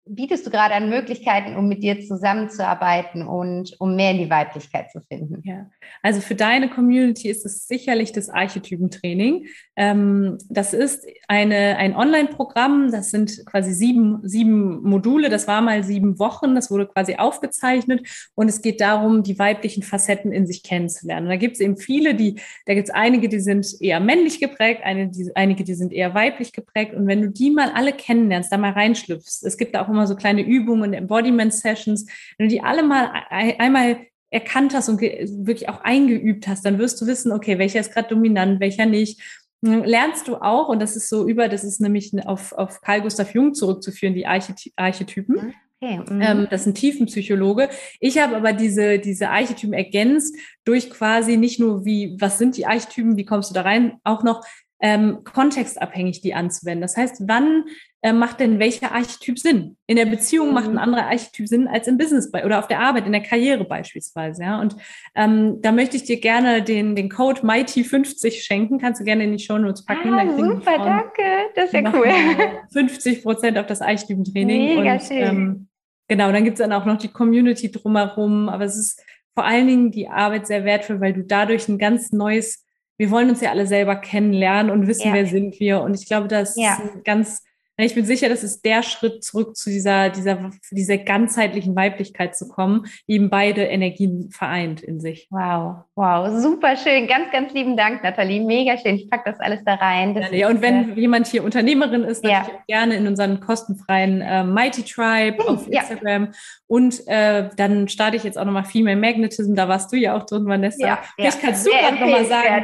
bietest du gerade an Möglichkeiten, um mit dir zusammenzuarbeiten und um mehr in die Weiblichkeit zu finden? Ja, also für deine Community ist es sicherlich das Archetypentraining. Das ist ein Online-Programm, das sind quasi sieben Module, das war mal 7 Wochen, das wurde quasi aufgezeichnet und es geht darum, die weiblichen Facetten in sich kennenzulernen. Und da gibt es eben viele, da gibt es einige, die sind eher männlich geprägt, einige, die sind eher weiblich geprägt und wenn du die mal alle kennenlernst, da mal reinschlüpfst, es gibt auch immer so kleine Übungen und Embodiment-Sessions, wenn du die alle mal einmal erkannt hast und wirklich auch eingeübt hast, dann wirst du wissen, okay, welcher ist gerade dominant, welcher nicht. Lernst du auch, und das ist das ist nämlich auf Carl Gustav Jung zurückzuführen, die Archetypen. Okay. Das ist ein Tiefenpsychologe. Ich habe aber diese Archetypen ergänzt durch quasi nicht nur was sind die Archetypen, wie kommst du da rein, auch noch kontextabhängig die anzuwenden. Das heißt, wann macht denn welcher Archetyp Sinn? In der Beziehung macht ein anderer Archetyp Sinn als im Business oder auf der Arbeit, in der Karriere beispielsweise. Ja? Und da möchte ich dir gerne den Code Mighty50 schenken. Kannst du gerne in die Shownotes packen. Super, danke. Das ist ja cool. 50% auf das Archetypentraining. Mega schön. Genau, dann gibt es dann auch noch die Community drumherum. Aber es ist vor allen Dingen die Arbeit sehr wertvoll, weil du dadurch ein ganz neues, wir wollen uns ja alle selber kennenlernen und wissen, wer sind wir. Und ich glaube, das ist ich bin sicher, das ist der Schritt zurück zu dieser ganzheitlichen Weiblichkeit zu kommen, die eben beide Energien vereint in sich. Wow, super schön. Ganz, ganz lieben Dank, Nathalie. Mega schön. Ich packe das alles da rein. Und wenn jemand hier Unternehmerin ist, natürlich auch gerne in unseren kostenfreien Mighty Tribe auf Instagram. Und dann starte ich jetzt auch nochmal Female Magnetism. Da warst du ja auch drin, Vanessa. Vielleicht kannst du gerade nochmal sagen,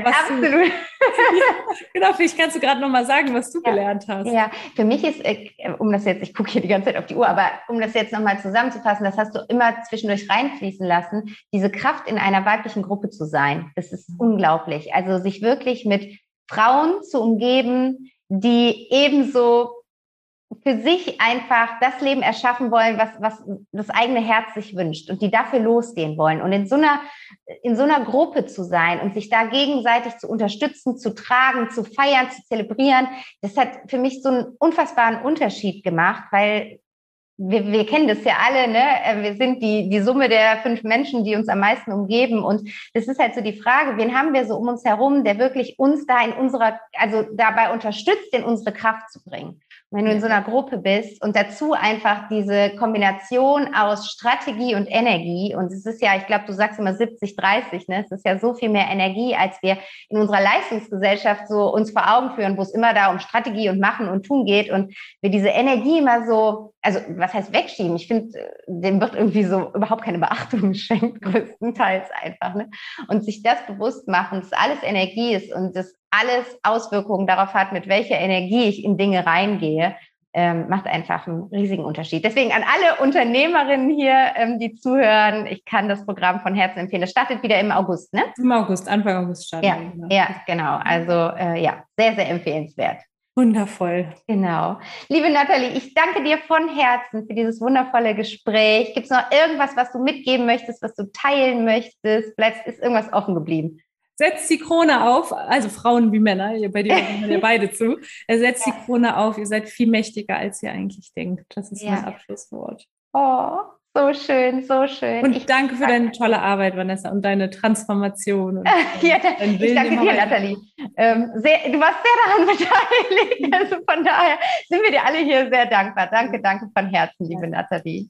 vielleicht kannst du gerade nochmal sagen, was du gelernt hast. Ja, für mich ist, ich gucke hier die ganze Zeit auf die Uhr, aber um das jetzt nochmal zusammenzufassen, das hast du immer zwischendurch reinfließen lassen, diese Kraft in einer weiblichen Gruppe zu sein. Das ist unglaublich. Also sich wirklich mit Frauen zu umgeben, die ebenso für sich einfach das Leben erschaffen wollen, was das eigene Herz sich wünscht und die dafür losgehen wollen. Und in so einer Gruppe zu sein und sich da gegenseitig zu unterstützen, zu tragen, zu feiern, zu zelebrieren, das hat für mich so einen unfassbaren Unterschied gemacht, weil wir kennen das ja alle, ne? Wir sind die Summe der 5 Menschen, die uns am meisten umgeben. Und das ist halt so die Frage, wen haben wir so um uns herum, der wirklich uns da dabei unterstützt, in unsere Kraft zu bringen. Und wenn du in so einer Gruppe bist und dazu einfach diese Kombination aus Strategie und Energie, und es ist ja, ich glaube, du sagst immer 70-30, ne? Es ist ja so viel mehr Energie, als wir in unserer Leistungsgesellschaft so uns vor Augen führen, wo es immer da um Strategie und Machen und Tun geht und wir diese Energie immer so, also was heißt wegschieben? Ich finde, dem wird irgendwie so überhaupt keine Beachtung geschenkt, größtenteils einfach, ne? Und sich das bewusst machen, dass alles Energie ist und dass alles Auswirkungen darauf hat, mit welcher Energie ich in Dinge reingehe, macht einfach einen riesigen Unterschied. Deswegen an alle Unternehmerinnen hier, die zuhören, ich kann das Programm von Herzen empfehlen. Das startet wieder im August, ne? Im August, Anfang August startet. Ja, genau. Also sehr, sehr empfehlenswert. Wundervoll. Genau. Liebe Nathalie, ich danke dir von Herzen für dieses wundervolle Gespräch. Gibt es noch irgendwas, was du mitgeben möchtest, was du teilen möchtest? Ist irgendwas offen geblieben? Setzt die Krone auf, also Frauen wie Männer, bei dir hören ja beide zu. Setzt die Krone auf, ihr seid viel mächtiger, als ihr eigentlich denkt. Das ist mein Abschlusswort. Oh, so schön, so schön. Und danke für deine tolle Arbeit, Vanessa, und deine Transformation. Und ich danke dir, Nathalie. Du warst sehr daran beteiligt. Also von daher sind wir dir alle hier sehr dankbar. Danke von Herzen, liebe Nathalie.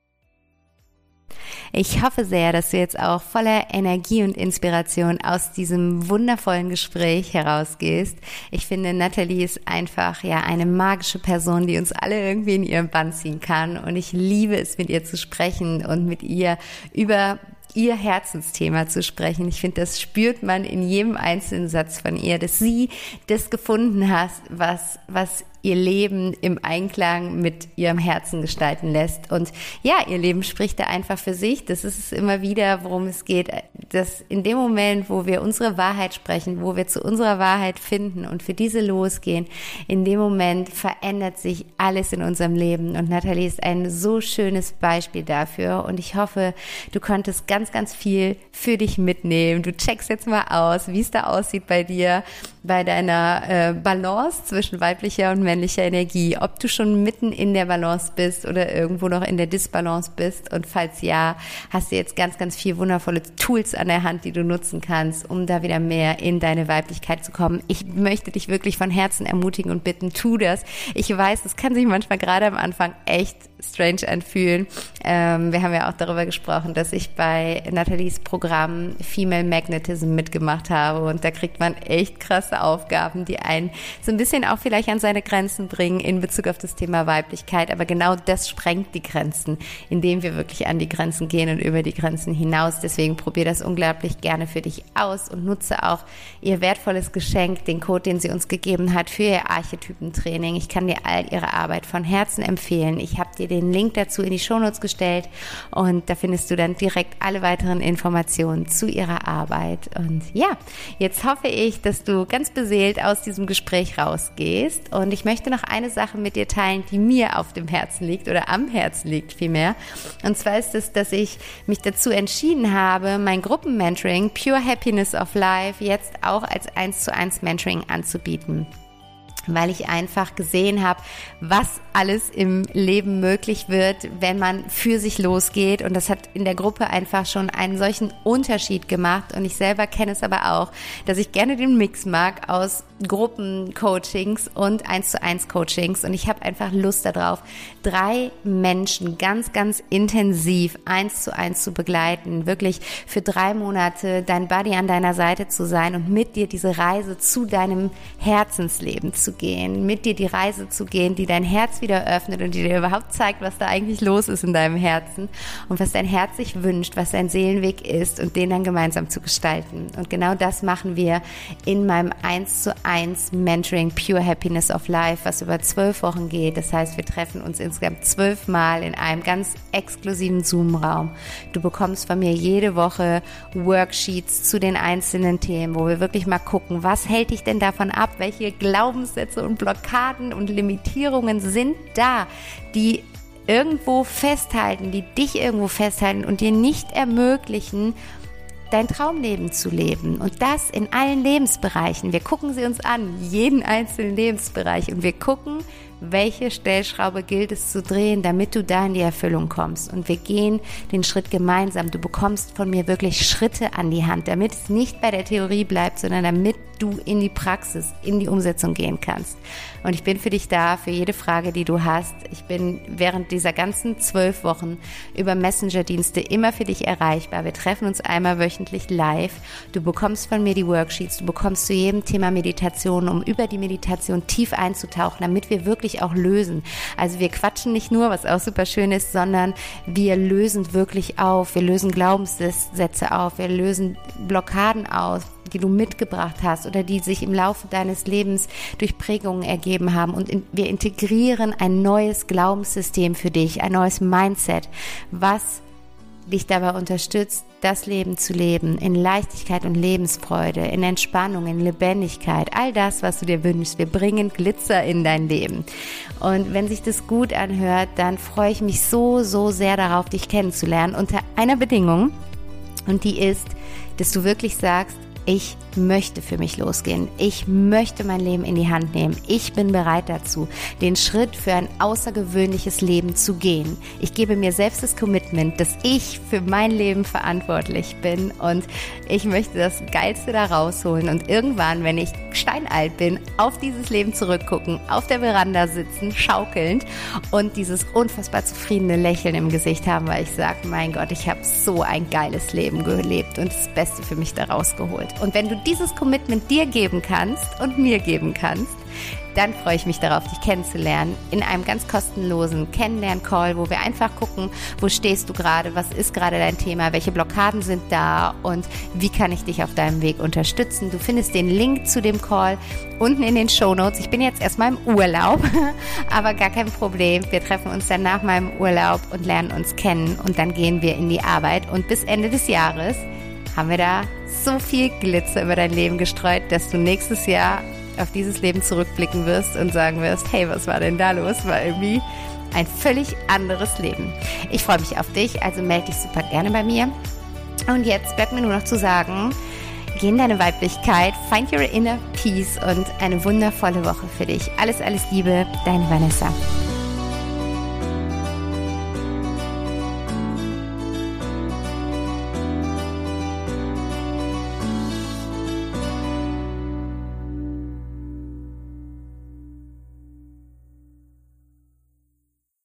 Ich hoffe sehr, dass du jetzt auch voller Energie und Inspiration aus diesem wundervollen Gespräch herausgehst. Ich finde, Nathalie ist einfach eine magische Person, die uns alle irgendwie in ihren Bann ziehen kann. Und ich liebe es, mit ihr zu sprechen und mit ihr über ihr Herzensthema zu sprechen. Ich finde, das spürt man in jedem einzelnen Satz von ihr, dass sie das gefunden hat, was ihr Leben im Einklang mit ihrem Herzen gestalten lässt. Und ja, ihr Leben spricht da einfach für sich. Das ist es immer wieder, worum es geht, dass in dem Moment, wo wir unsere Wahrheit sprechen, wo wir zu unserer Wahrheit finden und für diese losgehen, in dem Moment verändert sich alles in unserem Leben. Und Nathalie ist ein so schönes Beispiel dafür. Und ich hoffe, du konntest ganz, ganz viel für dich mitnehmen. Du checkst jetzt mal aus, wie es da aussieht bei dir, bei deiner Balance zwischen weiblicher und männlicher Energie, ob du schon mitten in der Balance bist oder irgendwo noch in der Disbalance bist. Und falls ja, hast du jetzt ganz, ganz viel wundervolle Tools an der Hand, die du nutzen kannst, um da wieder mehr in deine Weiblichkeit zu kommen. Ich möchte dich wirklich von Herzen ermutigen und bitten, tu das. Ich weiß, das kann sich manchmal gerade am Anfang echt strange anfühlen. Wir haben ja auch darüber gesprochen, dass ich bei Nathalies Programm Female Magnetism mitgemacht habe und da kriegt man echt krasse Aufgaben, die einen so ein bisschen auch vielleicht an seine Grenzen bringen in Bezug auf das Thema Weiblichkeit, aber genau das sprengt die Grenzen, indem wir wirklich an die Grenzen gehen und über die Grenzen hinaus. Deswegen probier das unglaublich gerne für dich aus und nutze auch ihr wertvolles Geschenk, den Code, den sie uns gegeben hat für ihr Archetypentraining. Ich kann dir all ihre Arbeit von Herzen empfehlen. Ich habe dir den Link dazu in die Shownotes gestellt und da findest du dann direkt alle weiteren Informationen zu ihrer Arbeit. Und ja, jetzt hoffe ich, dass du ganz beseelt aus diesem Gespräch rausgehst und ich möchte noch eine Sache mit dir teilen, die mir auf dem Herzen liegt oder am Herzen liegt vielmehr. Und zwar ist es, dass ich mich dazu entschieden habe, mein Gruppenmentoring Pure Happiness of Life jetzt auch als 1:1 Mentoring anzubieten, weil ich einfach gesehen habe, was alles im Leben möglich wird, wenn man für sich losgeht. Und das hat in der Gruppe einfach schon einen solchen Unterschied gemacht. Und ich selber kenne es aber auch, dass ich gerne den Mix mag aus Gruppencoachings und 1:1 Coachings. Und ich habe einfach Lust darauf, 3 Menschen ganz, ganz intensiv 1:1 zu begleiten. Wirklich für 3 Monate dein Buddy an deiner Seite zu sein und mit dir diese Reise zu deinem Herzensleben zu gehen. Mit dir die Reise zu gehen, die dein Herz wieder öffnet und die dir überhaupt zeigt, was da eigentlich los ist in deinem Herzen und was dein Herz sich wünscht, was dein Seelenweg ist und den dann gemeinsam zu gestalten. Und genau das machen wir in meinem 1:1 Mentoring Pure Happiness of Life, was über 12 Wochen geht. Das heißt, wir treffen uns insgesamt 12 Mal in einem ganz exklusiven Zoom-Raum. Du bekommst von mir jede Woche Worksheets zu den einzelnen Themen, wo wir wirklich mal gucken, was hält dich denn davon ab, welche Glaubenssätze und Blockaden und Limitierungen sind da, die irgendwo festhalten, die dich irgendwo festhalten und dir nicht ermöglichen, dein Traumleben zu leben. Und das in allen Lebensbereichen. Wir gucken sie uns an, jeden einzelnen Lebensbereich. Und wir gucken, welche Stellschraube gilt es zu drehen, damit du da in die Erfüllung kommst. Und wir gehen den Schritt gemeinsam. Du bekommst von mir wirklich Schritte an die Hand, damit es nicht bei der Theorie bleibt, sondern damit du in die Praxis, in die Umsetzung gehen kannst. Und ich bin für dich da, für jede Frage, die du hast. Ich bin während dieser ganzen 12 Wochen über Messenger-Dienste immer für dich erreichbar. Wir treffen uns einmal wöchentlich live. Du bekommst von mir die Worksheets, du bekommst zu jedem Thema Meditation, um über die Meditation tief einzutauchen, damit wir wirklich auch lösen. Also wir quatschen nicht nur, was auch super schön ist, sondern wir lösen wirklich auf. Wir lösen Glaubenssätze auf, wir lösen Blockaden auf, die du mitgebracht hast oder die sich im Laufe deines Lebens durch Prägungen ergeben haben. Und wir integrieren ein neues Glaubenssystem für dich, ein neues Mindset, was dich dabei unterstützt, das Leben zu leben, in Leichtigkeit und Lebensfreude, in Entspannung, in Lebendigkeit, all das, was du dir wünschst. Wir bringen Glitzer in dein Leben. Und wenn sich das gut anhört, dann freue ich mich so, so sehr darauf, dich kennenzulernen, unter einer Bedingung. Und die ist, dass du wirklich sagst, ich möchte für mich losgehen. Ich möchte mein Leben in die Hand nehmen. Ich bin bereit dazu, den Schritt für ein außergewöhnliches Leben zu gehen. Ich gebe mir selbst das Commitment, dass ich für mein Leben verantwortlich bin und ich möchte das Geilste da rausholen und irgendwann, wenn ich steinalt bin, auf dieses Leben zurückgucken, auf der Veranda sitzen, schaukelnd und dieses unfassbar zufriedene Lächeln im Gesicht haben, weil ich sage, mein Gott, ich habe so ein geiles Leben gelebt und das Beste für mich da rausgeholt. Und wenn du dieses Commitment dir geben kannst und mir geben kannst, dann freue ich mich darauf, dich kennenzulernen in einem ganz kostenlosen Kennenlern-Call, wo wir einfach gucken, wo stehst du gerade, was ist gerade dein Thema, welche Blockaden sind da und wie kann ich dich auf deinem Weg unterstützen. Du findest den Link zu dem Call unten in den Shownotes. Ich bin jetzt erstmal im Urlaub, aber gar kein Problem. Wir treffen uns dann nach meinem Urlaub und lernen uns kennen und dann gehen wir in die Arbeit. Und bis Ende des Jahres haben wir da so viel Glitzer über dein Leben gestreut, dass du nächstes Jahr auf dieses Leben zurückblicken wirst und sagen wirst, hey, was war denn da los? War irgendwie ein völlig anderes Leben. Ich freue mich auf dich, also melde dich super gerne bei mir. Und jetzt bleibt mir nur noch zu sagen, geh in deine Weiblichkeit, find your inner peace und eine wundervolle Woche für dich. Alles, alles Liebe, deine Vanessa.